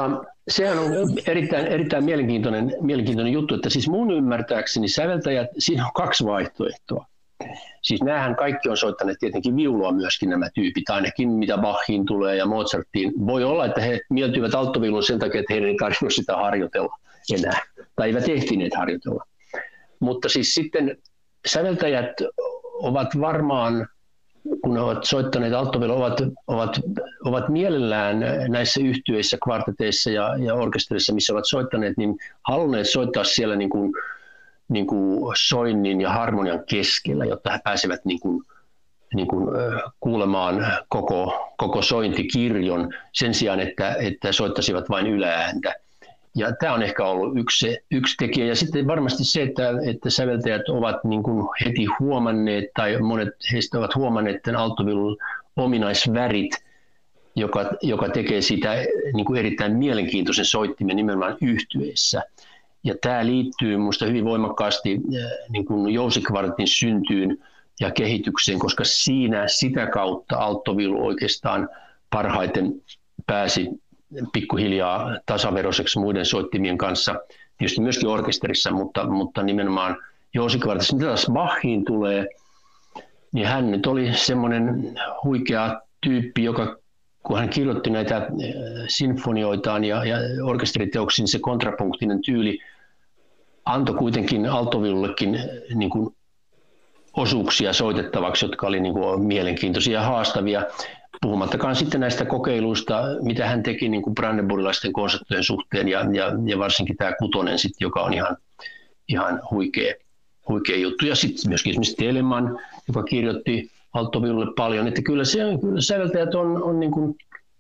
sehän on erittäin, erittäin mielenkiintoinen, mielenkiintoinen juttu, että siis mun ymmärtääkseni säveltäjät, siinä on kaksi vaihtoehtoa. Siis näähän kaikki on soittaneet tietenkin viulua myöskin nämä tyypit, ainakin mitä Bachiin tulee ja Mozartiin. Voi olla, että he mieltyivät alttoviulun sen takia, että heidän ei tarvinnut sitä harjoitella enää, tai eivät ehtineet harjoitella. Mutta siis sitten säveltäjät ovat varmaan, kun he ovat soittaneet alttoviulua, ovat, ovat, ovat mielellään näissä yhtyeissä, kvarteteissa ja, ja orkesterissa, missä ovat soittaneet, niin halunneet soittaa siellä niin kuin niin kuin soinnin ja harmonian keskellä, jotta he pääsevät niin kuin, niin kuin, kuulemaan koko, koko sointikirjon sen sijaan, että, että soittaisivat vain yläääntä. Ja tämä on ehkä ollut yksi, yksi tekijä. Ja sitten varmasti se, että, että säveltäjät ovat niin kuin heti huomanneet, tai monet heistä ovat huomanneet tämän alttoviulun ominaisvärit, joka, joka tekee siitä niin kuin erittäin mielenkiintoisen soittimen nimenomaan yhtyeissä. Ja tämä liittyy minusta hyvin voimakkaasti niin kuin jousikvartetin syntyyn ja kehitykseen, koska siinä sitä kautta alttoviulu oikeastaan parhaiten pääsi pikkuhiljaa tasaveroiseksi muiden soittimien kanssa, tietysti myöskin orkesterissa, mutta, mutta nimenomaan jousikvartetissa. Mitä taas Bachiin tulee, niin hän nyt oli semmoinen huikea tyyppi, joka kun hän kirjoitti näitä sinfonioitaan ja, ja orkesteriteoksiin, se kontrapunktinen tyyli antoi kuitenkin alttoviulullekin niin kuin osuuksia soitettavaksi, jotka oli niin kuin mielenkiintoisia ja haastavia. Puhumattakaan sitten näistä kokeiluista, mitä hän teki niin kuin brandeburilaisten konserttojen suhteen ja, ja, ja varsinkin tämä kutonen, sit, joka on ihan, ihan huikea, huikea juttu. Ja sitten myöskin esimerkiksi Telemann, joka kirjoitti alttoviululle paljon, että kyllä, se, kyllä säveltäjät on, on niin kuin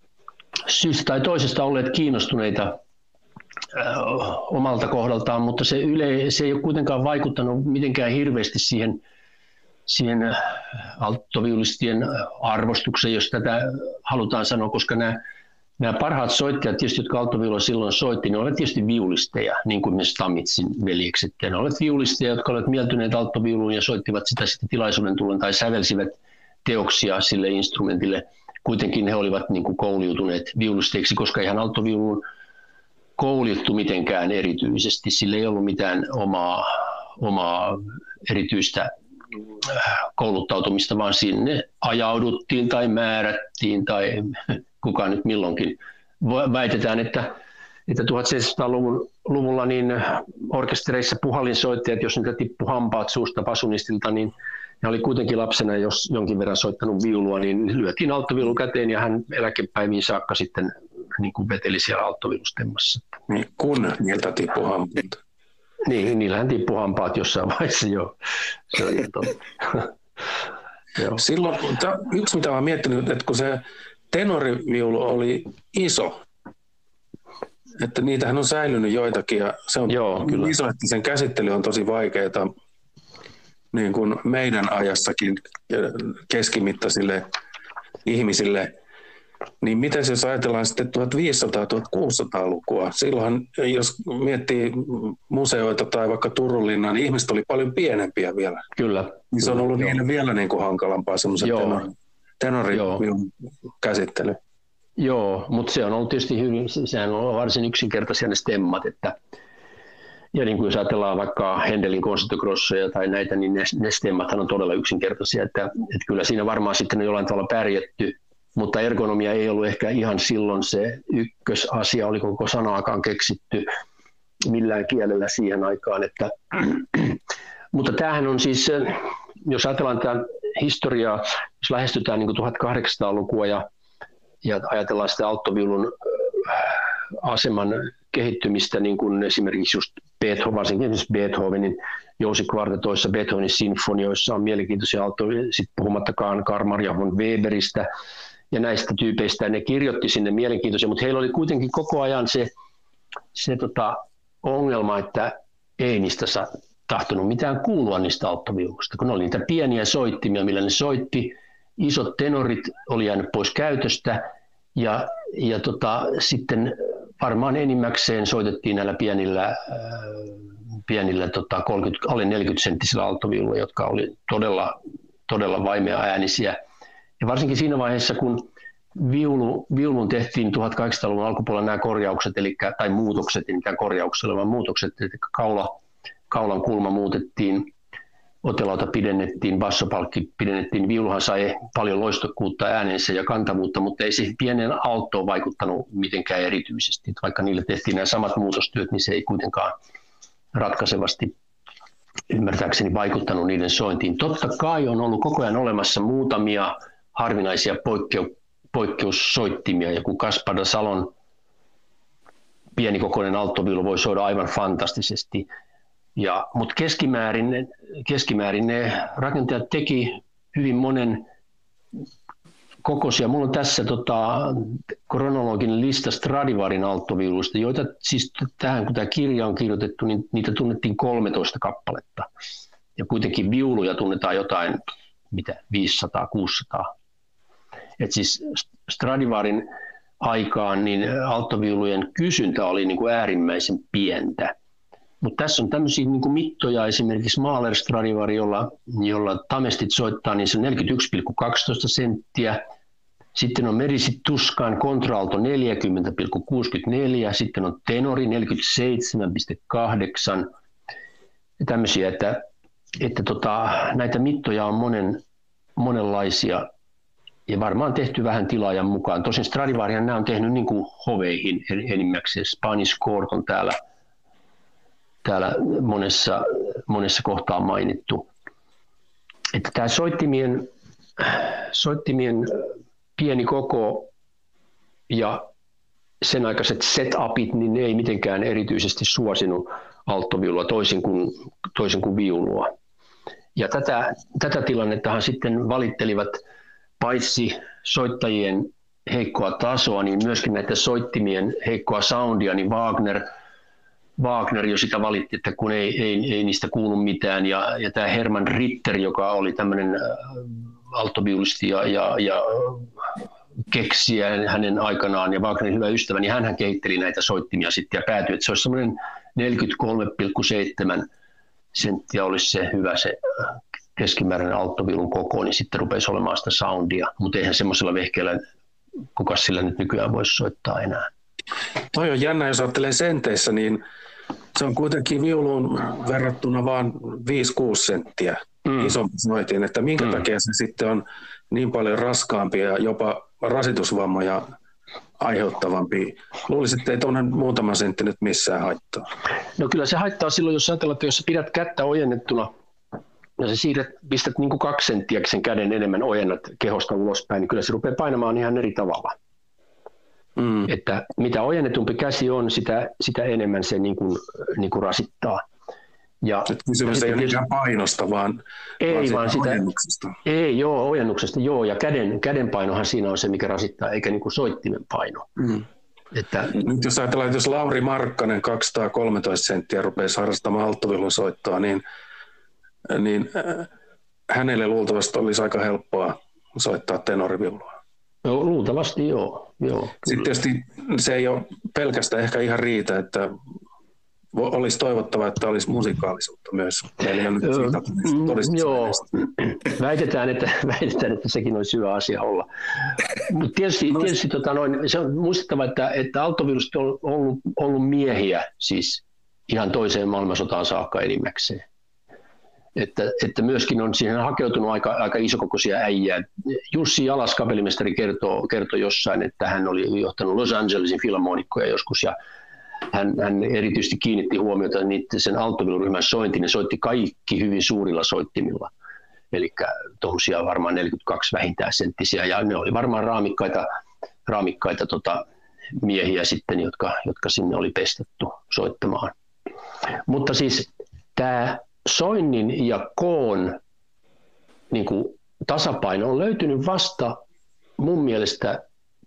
syystä tai toisesta olleet kiinnostuneita äh, omalta kohdaltaan, mutta se, yle, se ei ole kuitenkaan vaikuttanut mitenkään hirveästi siihen, siihen alttoviulistien arvostukseen, jos tätä halutaan sanoa, koska nämä, nämä parhaat soittajat, tietysti, jotka alttoviulua silloin soitti, ne olivat tietysti viulisteja, niin kuin myös Stamitsin veljekset. Ne olivat viulisteja, jotka olivat mieltyneet alttoviuluun ja soittivat sitä sitten tilaisuuden tullen tai sävelsivät teoksia sille instrumentille. Kuitenkin he olivat niin kuin koulutuneet viulisteiksi, koska eihän alttoviuluun kouluttu mitenkään erityisesti. Sillä ei ollut mitään omaa, omaa erityistä kouluttautumista, vaan sinne ajauduttiin tai määrättiin tai kuka nyt milloinkin. Väitetään, että, että tuhatseitsemänsataaluvulla niin orkestereissa puhallinsoittajat, jos niitä tippui hampaat suusta basunistilta, niin ne oli kuitenkin lapsena, jos jonkin verran soittanut viulua, niin lyötiin alttoviulu käteen ja hän eläkepäiviin saakka sitten niin kuin veteli siellä alttoviulustemmassa. Niin, kun niiltä tippui hampaat. Niin, niillähän tippui hampaat jossain vaiheessa, joo. Se on joo. Silloin, yksi mitä olen miettinyt, että kun se tenoriviulu oli iso, että niitähän on säilynyt joitakin ja se on joo, kyllä. Iso, että sen käsittely on tosi vaikeaa niin kuin meidän ajassakin keskimittaisille ihmisille. Niin miten jos ajatellaan sitten tuhatviisisataa-tuhatkuusisataalukua, silloin jos miettii museoita tai vaikka Turun linnaa, niin ihmiset oli paljon pienempiä vielä. Kyllä. Niin se on ollut joo. niille vielä niin kuin hankalampaa semmoisen tenorin käsittely. Joo, mutta se on ollut tietysti hyvin, sehän on varsin yksinkertaisia ne stemmat, että ja niin kuin jos ajatellaan vaikka Händelin konserttokrosseja tai näitä, niin ne, ne stemmathan on todella yksinkertaisia, että, että kyllä siinä varmaan sitten on jollain tavalla pärjätty. Mutta ergonomia ei ollut ehkä ihan silloin se ykkösasia, oli koko sanaakaan keksitty millään kielellä siihen aikaan. Että mutta tämähän on siis, jos ajatellaan tätä historiaa, jos lähestytään niin kuin tuhatkahdeksansataalukua ja, ja ajatellaan sitä alttoviulun aseman kehittymistä, niin kuin esimerkiksi just Beethoven, varsinkin esimerkiksi Beethovenin jousikvartetoissa, Beethovenin sinfonioissa on mielenkiintoisia alttoviuluja, sitten puhumattakaan Carl Maria von Weberistä, ja näistä tyypeistä ne kirjoitti sinne mielenkiintoisia, mutta heillä oli kuitenkin koko ajan se, se tota ongelma, että ei niistä saa tahtonut mitään kuulua niistä alttoviuluista, kun ne oli niitä pieniä soittimia, millä ne soitti. Isot tenorit oli jäänyt pois käytöstä ja, ja tota, sitten varmaan enimmäkseen soitettiin näillä pienillä, äh, pienillä tota kolmekymmentä, alle neljäkymmentä-senttisillä alttoviuluilla, jotka oli todella, todella vaimea äänisiä. Ja varsinkin siinä vaiheessa, kun viulu, viulun tehtiin tuhatkahdeksansataaluvun alkupuolella nämä korjaukset, eli, tai muutokset, ei mitään korjauksella, vaan muutokset, eli kaula, kaulan kulma muutettiin, otelauta pidennettiin, bassopalkki pidennettiin, viuluhan sai paljon loistokkuutta äänensä ja kantavuutta, mutta ei se pienen alttoon vaikuttanut mitenkään erityisesti. Vaikka niille tehtiin nämä samat muutostyöt, niin se ei kuitenkaan ratkaisevasti ymmärtääkseni vaikuttanut niiden sointiin. Totta kai on ollut koko ajan olemassa muutamia harvinaisia poikkeu, poikkeussoittimia, ja kun Gaspar da Salon pienikokoinen alttoviulu voi soida aivan fantastisesti. Ja, mutta keskimäärin, keskimäärin ne rakentajat teki hyvin monen kokoisia. Mulla on tässä tota, kronologinen lista Stradivarin alttoviuluista, joita siis tähän, kun tämä kirja on kirjoitettu, niin niitä tunnettiin kolmetoista kappaletta. Ja kuitenkin viuluja tunnetaan jotain, mitä, viisisataa kuusisataa. Et siis Stradivarin aikaan niin alttoviulujen kysyntä oli niin kuin äärimmäisen pientä. Mutta tässä on tämmöisiä niin kuin mittoja, esimerkiksi Mahler Stradivari, jolla, jolla tamestit soittaa, niin se on neljäkymmentäyksi pilkku kaksitoista senttiä. Sitten on Merisit Tuscan kontraalto neljäkymmentä pilkku kuusikymmentäneljä, sitten on tenori neljäkymmentäseitsemän pilkku kahdeksan. Ja tämmöisiä, että, että tota, näitä mittoja on monen, monenlaisia ja varmaan tehty vähän tilaajan mukaan. Tosin Stradivarihan nämä on tehnyt niin kuin hoveihin enimmäkseen. Spanish Court on täällä. Täällä monessa, monessa kohtaa mainittu. Että tämä soittimien, soittimien pieni koko ja sen aikaiset setupit, niin ne ei mitenkään erityisesti suosinut alttoviulua toisin kuin, toisin kuin viulua. Ja tätä, tätä tilannettahan sitten valittelivat paitsi soittajien heikkoa tasoa, niin myöskin näitä soittimien heikkoa soundia, niin Wagner Wagner jo sitä valitti, että kun ei, ei, ei niistä kuulu mitään, ja, ja tämä Hermann Ritter, joka oli tämmöinen alttoviulisti ja, ja, ja keksijä hänen aikanaan ja Wagnerin hyvä ystävä, niin hänhän kehitteli näitä soittimia sitten ja päätyi, että se olisi semmoinen neljäkymmentäkolme pilkku seitsemän senttiä olisi se hyvä se keskimääräinen alttoviulun koko, niin sitten rupesi olemaan sitä soundia, mutta eihän semmoisella vehkeellä kukas sillä nyt nykyään voisi soittaa enää. Toi on jännä, jos ajattelee senteissä, niin se on kuitenkin viuluun verrattuna vain viisi kuusi senttiä mm. isompi soitin, että minkä mm. takia se sitten on niin paljon raskaampi ja jopa rasitusvammoja aiheuttavampi. Luulisin, että ei tuollainen muutama sentti nyt missään haittaa. No kyllä se haittaa silloin, jos ajatellaan, että jos sä pidät kättä ojennettuna ja sä siirrät, pistät niin kuin kaksi senttiä sen käden enemmän ojennat kehosta ulospäin, niin kyllä se rupeaa painamaan ihan eri tavalla. Mm. Että mitä ojennetumpi käsi on, sitä, sitä enemmän se niin kuin, niin kuin rasittaa. Ja kysymys ei ole niinkään painosta, vaan, ei, vaan, vaan sitä ojennuksesta. Ei, joo, ojennuksesta, joo, ja käden, käden painohan siinä on se, mikä rasittaa, eikä niin kuin soittimen paino. Mm. Että, nyt jos ajatellaan, että jos Lauri Markkanen kaksisataakolmetoista senttiä rupeaisi harrastamaan alttoviulun soittoa, niin, niin äh, hänelle luultavasti olisi aika helppoa soittaa tenoriviulua. No, luultavasti joo. joo Sitten tietysti se ei ole pelkästään ehkä ihan riitä, että olisi toivottavaa, että olisi musikaalisuutta myös. Meillä on nyt siitä joo, väitetään että, väitetään, että sekin olisi hyvä asia olla. Mutta tietysti, tietysti tota noin, se on muistettava, että, että alttoviulusta on ollut, ollut miehiä siis ihan toiseen maailmansotaan saakka enimmäkseen. Että, että myöskin on siihen hakeutunut aika, aika isokokoisia äijää. Jussi Jalas, kapellimestari, kertoo, kertoo jossain, että hän oli johtanut Los Angelesin filharmonikkoja joskus, ja hän, hän erityisesti kiinnitti huomiota niiden sen alttoviuluryhmän sointiin. Ne soitti kaikki hyvin suurilla soittimilla, eli tuollaisia varmaan neljäkymmentäkaksi vähintään senttisiä, ja ne oli varmaan raamikkaita, raamikkaita tota, miehiä sitten, jotka, jotka sinne oli pestetty soittamaan. Mutta siis tämä soinnin ja koon niin kuin tasapaino on löytynyt vasta mun mielestä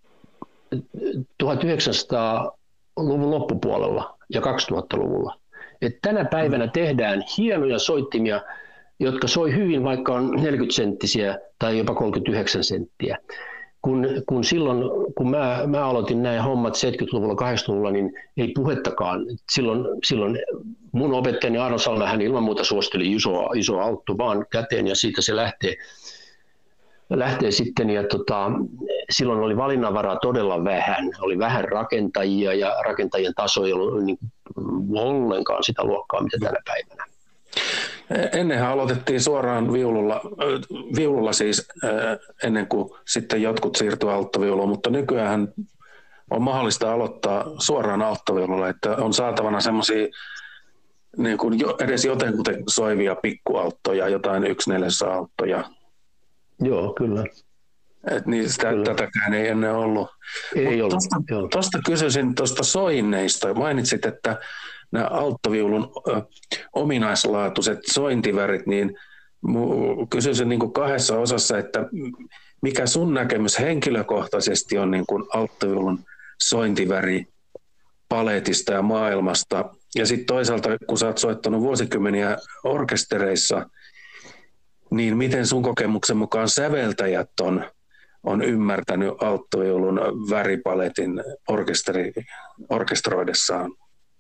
tuhatyhdeksänsataaluvun loppupuolella ja kaksituhattaluvulla. Et tänä päivänä tehdään hienoja soittimia, jotka soi hyvin, vaikka on neljäkymmentä senttisiä tai jopa kolmekymmentäyhdeksän senttiä. Kun, kun silloin, kun mä, mä aloitin nämä hommat seitsemänkymmentäluvulla, kahdeksankymmentäluvulla, niin ei puhettakaan. Silloin, silloin mun opettajani Aaro Salme, hän ilman muuta suosteli isoa, isoa alttu vaan käteen, ja siitä se lähtee. lähtee sitten, ja tota, silloin oli valinnanvaraa todella vähän. Oli vähän rakentajia, ja rakentajien taso ei ollut niin ollenkaan sitä luokkaa, mitä tänä päivänä. Ennenhän aloitettiin suoraan viululla, viululla siis ennen kuin sitten jotkut siirtyi alttoviuluun, mutta nykyään on mahdollista aloittaa suoraan alttoviululla, että on saatavana semmoisia niin kuin edes jotenkuten soivia pikkualttoja, jotain yksi neljäsosa alttoja. Joo, kyllä. Et niin sitä, kyllä. Tätäkään ei ennen ollut. Ei ollut. Tuosta kysyisin tuosta soinneista. Mainitsit, että nämä alttoviulun ö, ominaislaatuiset sointivärit, niin kysyisin niin kuin kahdessa osassa, että mikä sun näkemys henkilökohtaisesti on niin kuin alttoviulun sointiväri paletista ja maailmasta. Ja sitten toisaalta, kun sä oot soittanut vuosikymmeniä orkestereissa, niin miten sun kokemuksen mukaan säveltäjät on, on ymmärtänyt alttoviulun väripaletin orkesteri, orkestroidessaan?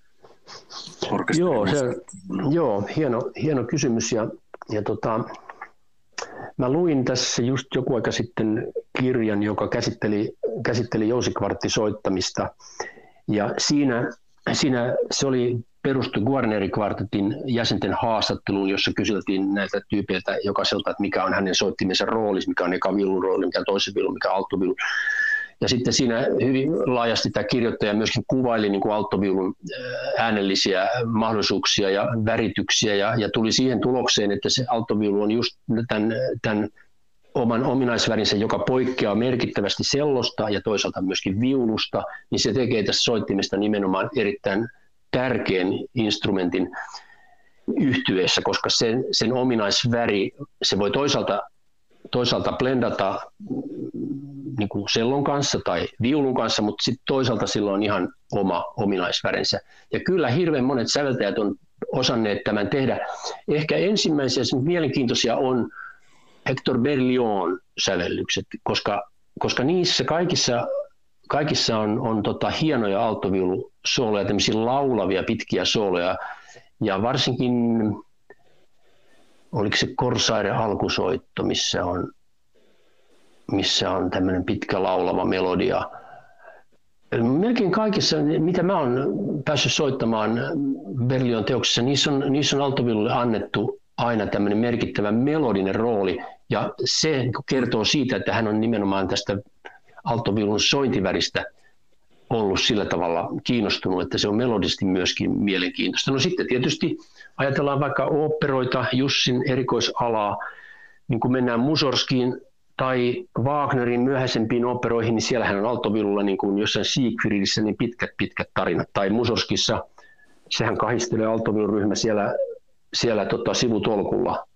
Joo, se, joo hieno, hieno kysymys. Ja, ja tota, mä luin tässä just joku aika sitten kirjan, joka käsitteli, käsitteli jousikvarttisoittamista. Ja siinä, siinä se oli perustui Guarneri-kvartetin jäsenten haastatteluun, jossa kyseltiin näiltä tyypeiltä jokaiselta, että mikä on hänen soittimensa rooli, mikä on eka viulun rooli, mikä on toisen viulun, mikä on alttoviulun. Ja sitten siinä hyvin laajasti tämä kirjoittaja myöskin kuvaili niin kuin alttoviulun äänellisiä mahdollisuuksia ja värityksiä ja, ja tuli siihen tulokseen, että se alttoviulu on just tämän, tämän oman ominaisvärinsä, joka poikkeaa merkittävästi sellosta ja toisaalta myöskin viulusta, niin se tekee tästä soittimesta nimenomaan erittäin tärkeän instrumentin yhtyeessä, koska sen, sen ominaisväri, se voi toisaalta, toisaalta blendata niin kuin sellon kanssa tai viulun kanssa, mutta sitten toisaalta sillä on ihan oma ominaisvärinsä. Ja kyllä hirveän monet säveltäjät on osanneet tämän tehdä. Ehkä ensimmäisiä mielenkiintoisia on Hector Berlioz sävellykset, koska, koska niissä kaikissa, kaikissa on, on tota hienoja alttoviulusooloja, tämmöisiä laulavia pitkiä sooloja, ja varsinkin, oliko se Corsairen alkusoitto, missä on, missä on tämmöinen pitkä laulava melodia. Melkein kaikissa, mitä mä oon päässyt soittamaan Berliozin teoksissa, niissä on, niissä on alttoviululle annettu aina tämmöinen merkittävä melodinen rooli, ja se kertoo siitä, että hän on nimenomaan tästä alttoviulun sointiväristä ollut sillä tavalla kiinnostunut, että se on melodisesti myöskin mielenkiintoista. No sitten tietysti ajatellaan vaikka oopperoita, Jussin erikoisalaa, niin kun mennään Mussorgskiin tai Wagnerin myöhäisempiin oopperoihin, niin siellähän on alttoviululla niin kuin jossain Siegfriedissä niin pitkät pitkät tarinat. Tai Mussorgskissa, sehän kahistelee alttoviuluryhmä siellä, siellä tota, sivutolkulla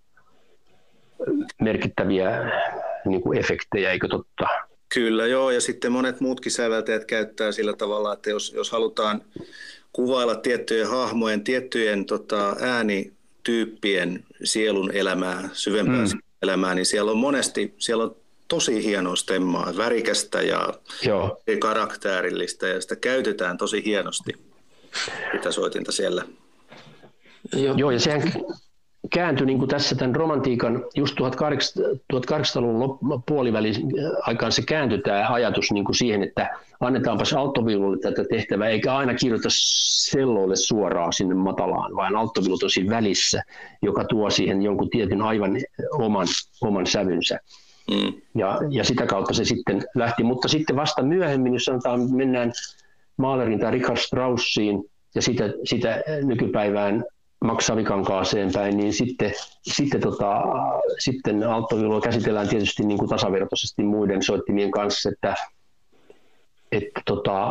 merkittäviä niin kuin efektejä, eikö totta? Kyllä joo, ja sitten monet muutkin säveltäjät käyttää sillä tavalla, että jos, jos halutaan kuvailla tiettyjen hahmojen, tiettyjen tota, äänityyppien sielun elämää, syvempää mm. elämää, niin siellä on monesti, siellä on tosi hienoa stemmaa, värikästä ja joo. karakterillista, ja sitä käytetään tosi hienosti, mitä soitinta siellä. Joo, joo ja sehän kääntyi niin kuin tässä tämän romantiikan just tuhatkahdeksansataaluvun puolivälin aikaan se kääntyi tämä ajatus niin kuin siihen, että annetaanpas alttoviululle tätä tehtävää, eikä aina kirjoita selloille suoraan sinne matalaan, vaan alttoviulut on siinä välissä, joka tuo siihen jonkun tietyn aivan oman, oman sävynsä. Mm. Ja, ja sitä kautta se sitten lähti, mutta sitten vasta myöhemmin, jos sanotaan, mennään Mahlerin tai Richard Straussiin ja sitä, sitä nykypäivään Max Savikankaaseen päin, niin sitten, sitten, tota, sitten alttoviulua käsitellään tietysti niin kuin tasavertaisesti muiden soittimien kanssa, että, että tota,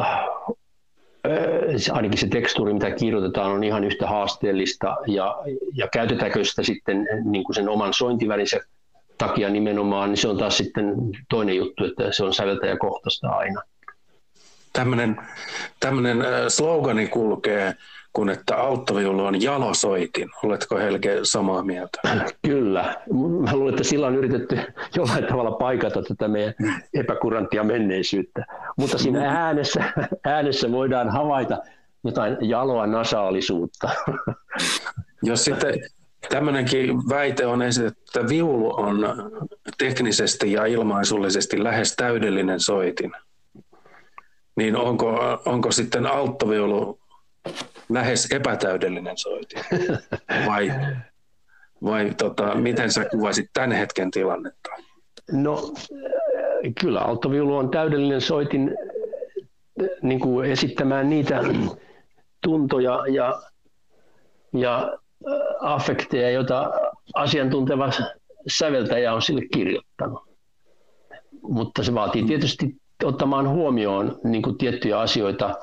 ainakin se tekstuuri, mitä kirjoitetaan, on ihan yhtä haasteellista, ja, ja käytetäänkö sitä sitten niin kuin sen oman sointivärinsä takia nimenomaan, niin se on taas sitten toinen juttu, että se on säveltäjäkohtaista aina. Tämmöinen, tämmöinen slogani kulkee, kun että alttoviulu on jalosoitin. Oletko Helge samaa mieltä? Kyllä. Mä luulen, että sillä on yritetty jollain tavalla paikata tätä meidän epäkuranttia menneisyyttä. Mutta siinä äänessä, äänessä voidaan havaita jotain jaloa nasaalisuutta. Jos sitten, Tämmöinenkin väite on esitetty, että viulu on teknisesti ja ilmaisullisesti lähes täydellinen soitin. Niin onko, onko sitten alttoviulu lähes epätäydellinen soitin? Vai, vai tota, miten sä kuvasit tämän hetken tilannetta? No kyllä alttoviulu on täydellinen soitin niin kuin esittämään niitä tuntoja ja, ja affekteja, joita asiantunteva säveltäjä on sille kirjoittanut. Mutta se vaatii tietysti ottamaan huomioon niin kuin tiettyjä asioita,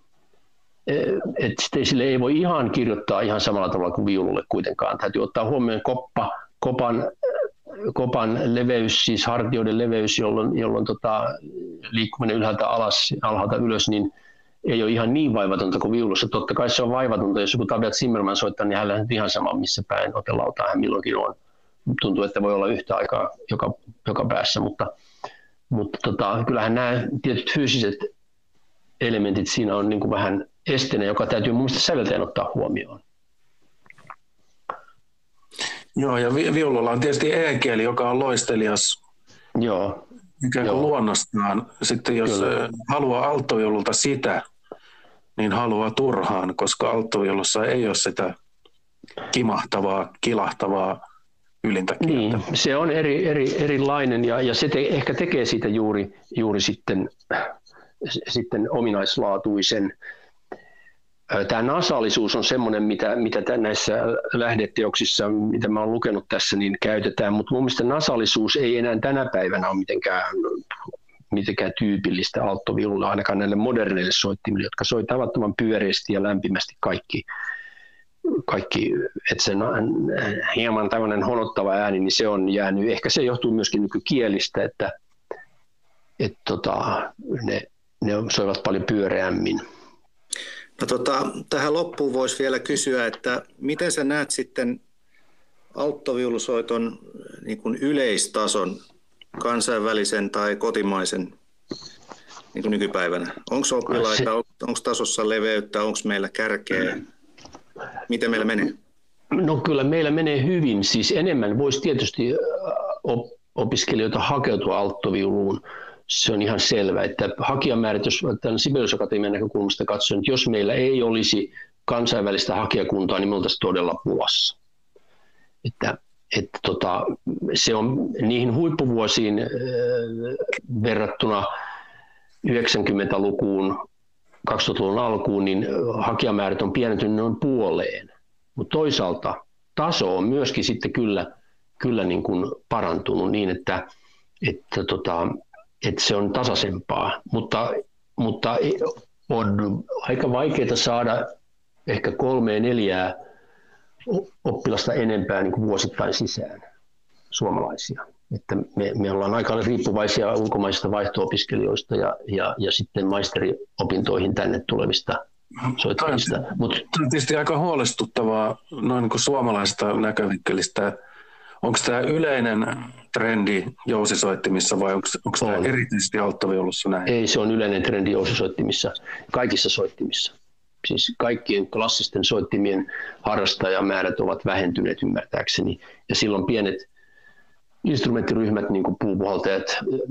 että sille ei voi ihan kirjoittaa ihan samalla tavalla kuin viululle kuitenkaan. Täytyy ottaa huomioon koppa, kopan, kopan leveys, siis hartioiden leveys, jolloin, jolloin tota, liikkuminen ylhäältä alas, alhaalta ylös, niin ei ole ihan niin vaivatonta kuin viulussa. Totta kai se on vaivatonta, jos joku Tabea Zimmerman soittaa, niin hänellä on ihan sama, missä päin otelautaa hän milloinkin on. Tuntuu, että voi olla yhtä aikaa joka, joka päässä, mutta, mutta tota, kyllähän nämä tietyt fyysiset elementit siinä on niin kuin vähän esteenä, joka täytyy mun mielestä säveltäjän ottaa huomioon. Joo, ja vi- viululla on tietysti e-kieli, joka on loistelias. Joo. Ikään kuin luonnostaan. Sitten jos Kyllä. haluaa alttoviululta sitä, niin haluaa turhaan, koska alttoviulussa ei ole sitä kimahtavaa, kilahtavaa ylintä kieltä. Niin, se on eri, eri, erilainen ja, ja se te, ehkä tekee siitä juuri, juuri sitten, sitten ominaislaatuisen. Tämä nasaalisuus on semmoinen, mitä, mitä näissä lähdeteoksissa, mitä mä oon lukenut tässä, niin käytetään, mutta mun mielestä nasaalisuus ei enää tänä päivänä ole mitenkään, mitenkään tyypillistä alttoviululle, ainakaan näille moderneille soittimille, jotka soi tavattoman pyöreästi ja lämpimästi kaikki, kaikki että se hieman tämmöinen honottava ääni, niin se on jäänyt, ehkä se johtuu myöskin nykykielistä, että, että tota, ne, ne soivat paljon pyöreämmin. No tota, tähän loppuun voisi vielä kysyä, että miten sä näet sitten alttoviulusoiton niin kuin yleistason, kansainvälisen tai kotimaisen niin kuin nykypäivänä? Onko oppilaita, onko tasossa leveyttä, onko meillä kärkeä? Miten meillä menee? No kyllä meillä menee hyvin. Siis enemmän voisi tietysti op- opiskelijoita hakeutua alttoviuluun. Se on ihan selvä, että hakijamäärät, jos tämän Sibelius Akatemian näkökulmasta katsoen, että jos meillä ei olisi kansainvälistä hakijakuntaa, niin me oltaisiin todella pulassa. Että, että tota, se on niihin huippuvuosiin äh, verrattuna yhdeksänkymmentälukuun, kaksituhattaluvun alkuun, niin hakijamäärät on pienentynyt noin puoleen. Mutta toisaalta taso on myöskin sitten kyllä, kyllä niin kuin parantunut niin, että, että tota, että se on tasaisempaa, mutta, mutta on aika vaikeaa saada ehkä kolmea, neljää oppilasta enempää niin kuin vuosittain sisään suomalaisia. Että me, me ollaan aika riippuvaisia ulkomaisista vaihto-opiskelijoista ja, ja, ja sitten maisteriopintoihin tänne tulevista soittajista. Tämä on tietysti aika huolestuttavaa noin niin kuin suomalaista näkövinkkelistä. Onko tämä yleinen trendi jousisoittimissa vai onko, onko tämä on. erityisesti alttoviulussa näin? Ei, se on yleinen trendi jousisoittimissa, kaikissa soittimissa. Siis kaikkien klassisten soittimien harrastajamäärät ovat vähentyneet ymmärtääkseni. Ja silloin pienet instrumenttiryhmät, niin kuin puupuhaltajat,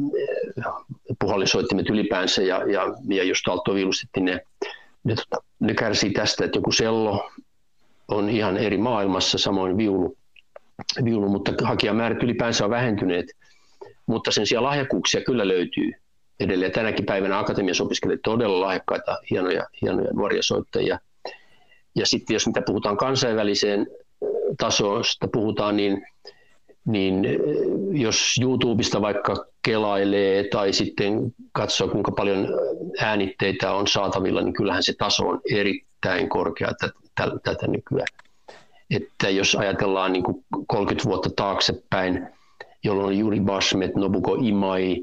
puhallinsoittimet ylipäänsä ja, ja, ja just alttoviulusti, ne, ne, ne kärsii tästä, että joku sello on ihan eri maailmassa, samoin viulu. viulu, mutta hakijamäärät ylipäänsä on vähentyneet, mutta sen sijaan lahjakkuuksia kyllä löytyy edelleen. Tänäkin päivänä akatemiassa opiskelijat todella lahjakkaita, hienoja, hienoja nuoria soittajia. Ja sitten jos mitä puhutaan kansainväliseen tasosta puhutaan, niin, niin jos YouTubesta vaikka kelailee tai sitten katsoo kuinka paljon äänitteitä on saatavilla, niin kyllähän se taso on erittäin korkea tätä, tätä nykyään. Että jos ajatellaan niin kuin kolmekymmentä vuotta taaksepäin, jolloin oli Yuri Bashmet, Nobuko Imai,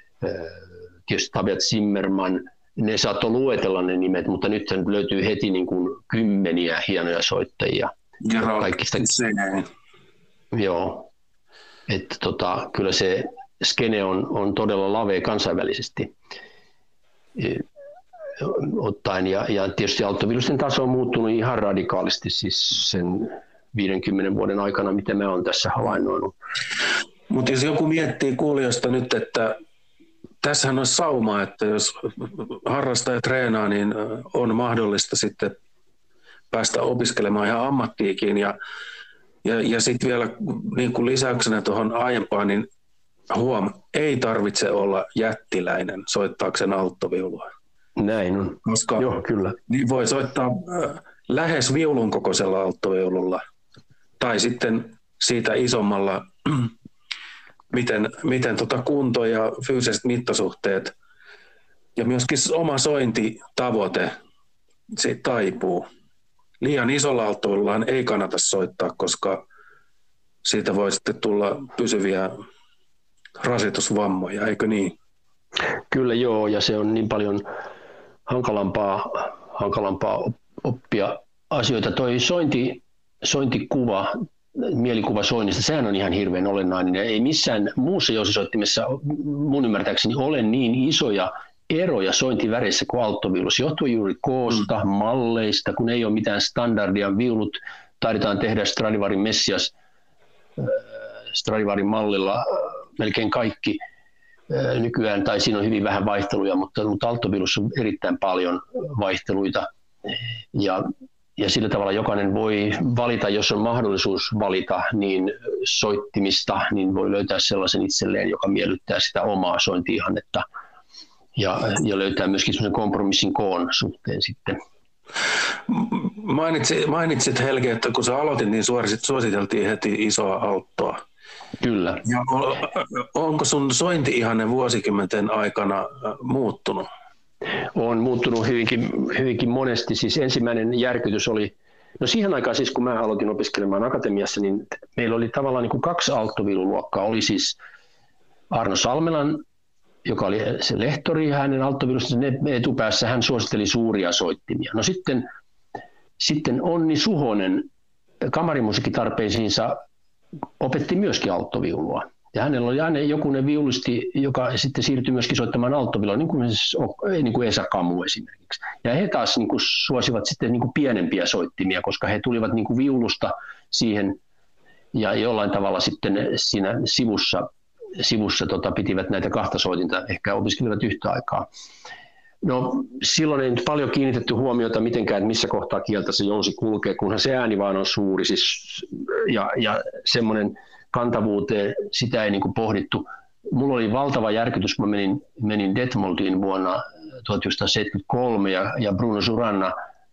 tietysti Tabea Zimmerman, ne saattoi luetella ne nimet, mutta nyt löytyy heti niin kuin kymmeniä hienoja soittajia. Kaikista... Joo, että tota, kyllä se skene on, on todella lavea kansainvälisesti ottaen, ja, ja tietysti alttoviulusten taso on muuttunut ihan radikaalisti siis sen viidenkymmenen vuoden aikana, mitä mä oon tässä havainnoinut. Mutta jos joku miettii kuulijoista nyt, että tässähän on sauma, että jos harrastaja treenaa, niin on mahdollista sitten päästä opiskelemaan ihan ammattiikin. Ja, ja, ja sitten vielä niin kuin lisäyksenä tuohon aiempaan, niin huom, ei tarvitse olla jättiläinen soittaakseen alttoviulua. Näin on. Koska Joo, kyllä. Niin voi soittaa lähes viulun kokoisella alttoviululla tai sitten siitä isommalla, miten, miten tota kunto ja fyysiset mittasuhteet ja myöskin oma sointitavoite se taipuu. Liian isolla alttoviululla ei kannata soittaa, koska siitä voi sitten tulla pysyviä rasitusvammoja, eikö niin? Kyllä joo, ja se on niin paljon hankalampaa, hankalampaa oppia asioita. Toi sointi, sointikuva, mielikuva soinnista, sehän on ihan hirveän olennainen. Ja ei missään muussa jousisoittimessa mun ymmärtääkseni ole niin isoja eroja sointiväreissä kuin alttoviulussa. Johtuu juuri koosta, mm. malleista, kun ei ole mitään standardia. Viulut taidetaan tehdä Stradivarin Messias Stradivarin mallilla melkein kaikki nykyään, tai siinä on hyvin vähän vaihteluja, mutta, mutta alttoviulussa on erittäin paljon vaihteluita. Ja, ja sillä tavalla jokainen voi valita, jos on mahdollisuus valita niin soittimista, niin voi löytää sellaisen itselleen, joka miellyttää sitä omaa sointi-ihannetta ja, ja löytää myöskin sellaisen kompromissin koon suhteen sitten. Mainitsit, mainitsit Helge, että kun sä aloitit, niin suositeltiin heti isoa alttoa. Kyllä. Ja onko sun sointi-ihanne vuosikymmenten aikana muuttunut? On muuttunut hyvinkin, hyvinkin monesti. Siis ensimmäinen järkytys oli, no siihen aikaan siis kun mä aloitin opiskelemaan akatemiassa, niin meillä oli tavallaan niin kuin kaksi alttoviululuokkaa. Oli siis Arno Salmelan, joka oli se lehtori, hänen alttoviulusta etupäässä hän suositteli suuria soittimia. No sitten, sitten Onni Suhonen kamarimusiikkitarpeisiinsa opetti myöskin alttoviulua. Ja hänellä oli aina jokunen viulisti, joka sitten siirtyi myöskin soittamaan alttoviulua, niin kuin, niin kuin Esa Kamu esimerkiksi. Ja he taas niin kuin suosivat sitten niin kuin pienempiä soittimia, koska he tulivat niin kuin viulusta siihen ja jollain tavalla sitten siinä sivussa, sivussa tota, pitivät näitä kahta soitinta, ehkä opiskelivat yhtä aikaa. No silloin ei nyt paljon kiinnitetty huomiota mitenkään, että missä kohtaa kieltä se jousi kulkee, kunhan se ääni vaan on suuri. Siis, ja, ja semmoinen kantavuuteen, sitä ei niin kuin pohdittu. Mulla oli valtava järkytys, kun mä menin, menin Detmoldiin vuonna tuhatyhdeksänsataaseitsemänkymmentäkolme ja, ja Bruno Suranna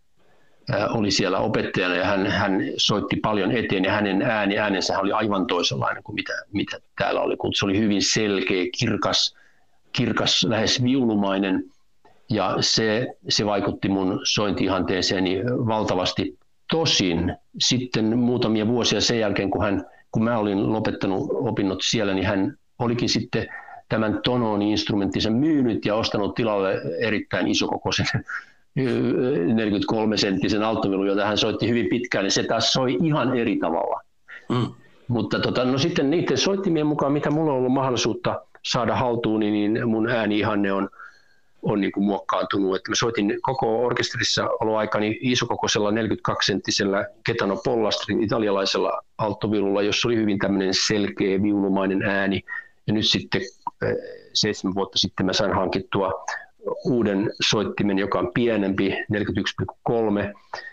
äh, oli siellä opettajana ja hän, hän soitti paljon eteen ja hänen ääni, äänensä oli aivan toisenlainen kuin mitä, mitä täällä oli. Kun se oli hyvin selkeä, kirkas, kirkas lähes viulumainen. Ja se, se vaikutti mun sointi-ihanteeseeni valtavasti. Tosin sitten muutamia vuosia sen jälkeen, kun, hän, kun mä olin lopettanut opinnot siellä, niin hän olikin sitten tämän Tononi-instrumenttinsa myynyt ja ostanut tilalle erittäin isokokoisen neljäkymmentäkolme senttisen alttoviulun, jota hän soitti hyvin pitkään, ja se taas soi ihan eri tavalla. Mm. Mutta tota, no sitten niiden soittimien mukaan, mitä mulla on ollut mahdollisuutta saada haltuun, niin mun ääni-ihanne on on niin kuin muokkaantunut. Että mä soitin koko orkesterissa oloaikani isokokoisella neljäkymmentäkaksi senttisellä Ketano Pollastrin italialaisella alttoviululla, jossa oli hyvin tämmöinen selkeä viulumainen ääni. Ja nyt sitten seitsemän vuotta sitten mä sain hankittua uuden soittimen, joka on pienempi, neljäkymmentäyksi pilkku kolme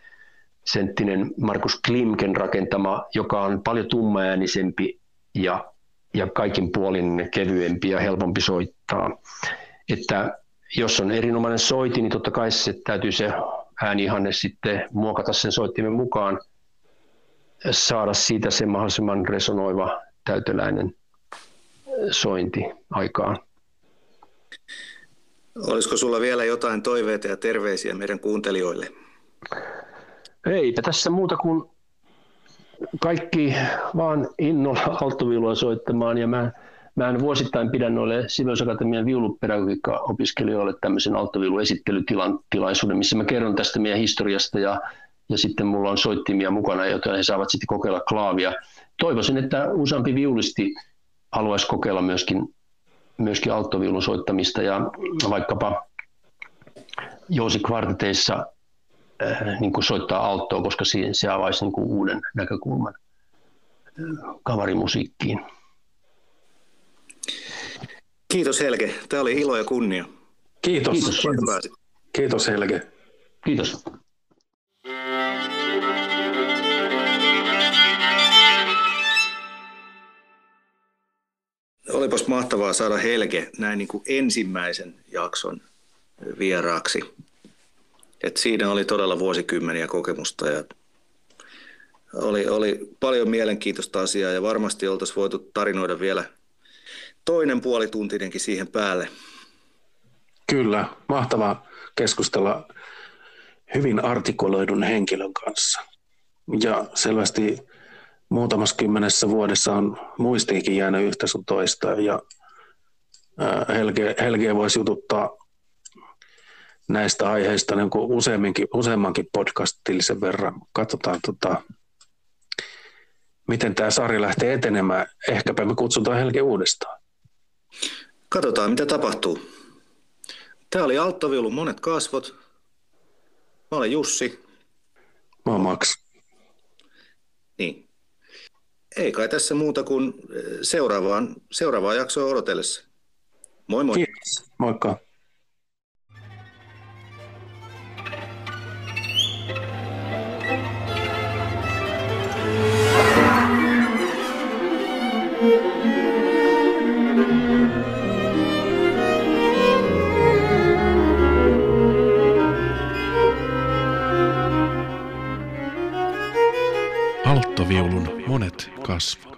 senttinen Markus Klimken rakentama, joka on paljon tummaäänisempi ja, ja kaikin puolin kevyempi ja helpompi soittaa. Että jos on erinomainen soiti, niin totta kai se täytyy se ääni-ihanne sitten muokata sen soittimen mukaan, saada siitä se mahdollisimman resonoiva täyteläinen sointi aikaan. Olisiko sulla vielä jotain toiveita ja terveisiä meidän kuuntelijoille? Eipä tässä muuta kuin kaikki vaan innolla alttoviulua soittamaan, ja mä Mä en vuosittain pidän noille Sibelius-akatemian viulupedagogiikka-opiskelijoille tämmöisen alttoviulu-esittelytilaisuuden, missä mä kerron tästä meidän historiasta ja, ja sitten mulla on soittimia mukana, joita he saavat sitten kokeilla klaavia. Toivoisin, että useampi viulisti haluaisi kokeilla myöskin, myöskin alttoviulun soittamista ja vaikkapa jousikvarteteissa niin kuin soittaa alttoa, koska se avaisi niin kuin uuden näkökulman kamarimusiikkiin. Kiitos Helge. Tämä oli ilo ja kunnia. Kiitos. Kiitos, Kiitos, Kiitos Helge. Kiitos. Olipas mahtavaa saada Helge näin niin kuin ensimmäisen jakson vieraaksi. Et siinä oli todella vuosikymmeniä kokemusta ja oli, oli paljon mielenkiintoista asiaa ja varmasti oltaisiin voitu tarinoida vielä toinen puolituntinenkin siihen päälle. Kyllä, mahtavaa keskustella hyvin artikuloidun henkilön kanssa. Ja selvästi muutamassa kymmenessä vuodessa on muistiinkin jäänyt yhtä sun toista. Ja Helge, Helge voisi jututtaa näistä aiheista niin kuin useamminkin, useammankin podcastillisen verran. Katsotaan, tota, miten tämä sarja lähtee etenemään. Ehkäpä me kutsutaan Helge uudestaan. Katsotaan, mitä tapahtuu. Tämä oli Alttoviulun monet kasvot. Mä olen Jussi. Mä oon Max. Niin. Ei kai tässä muuta kuin seuraavaan, seuraavaan jaksoon odotellessa. Moi moi. Kiitos. Moikka. Alttoviulun monet kasvot.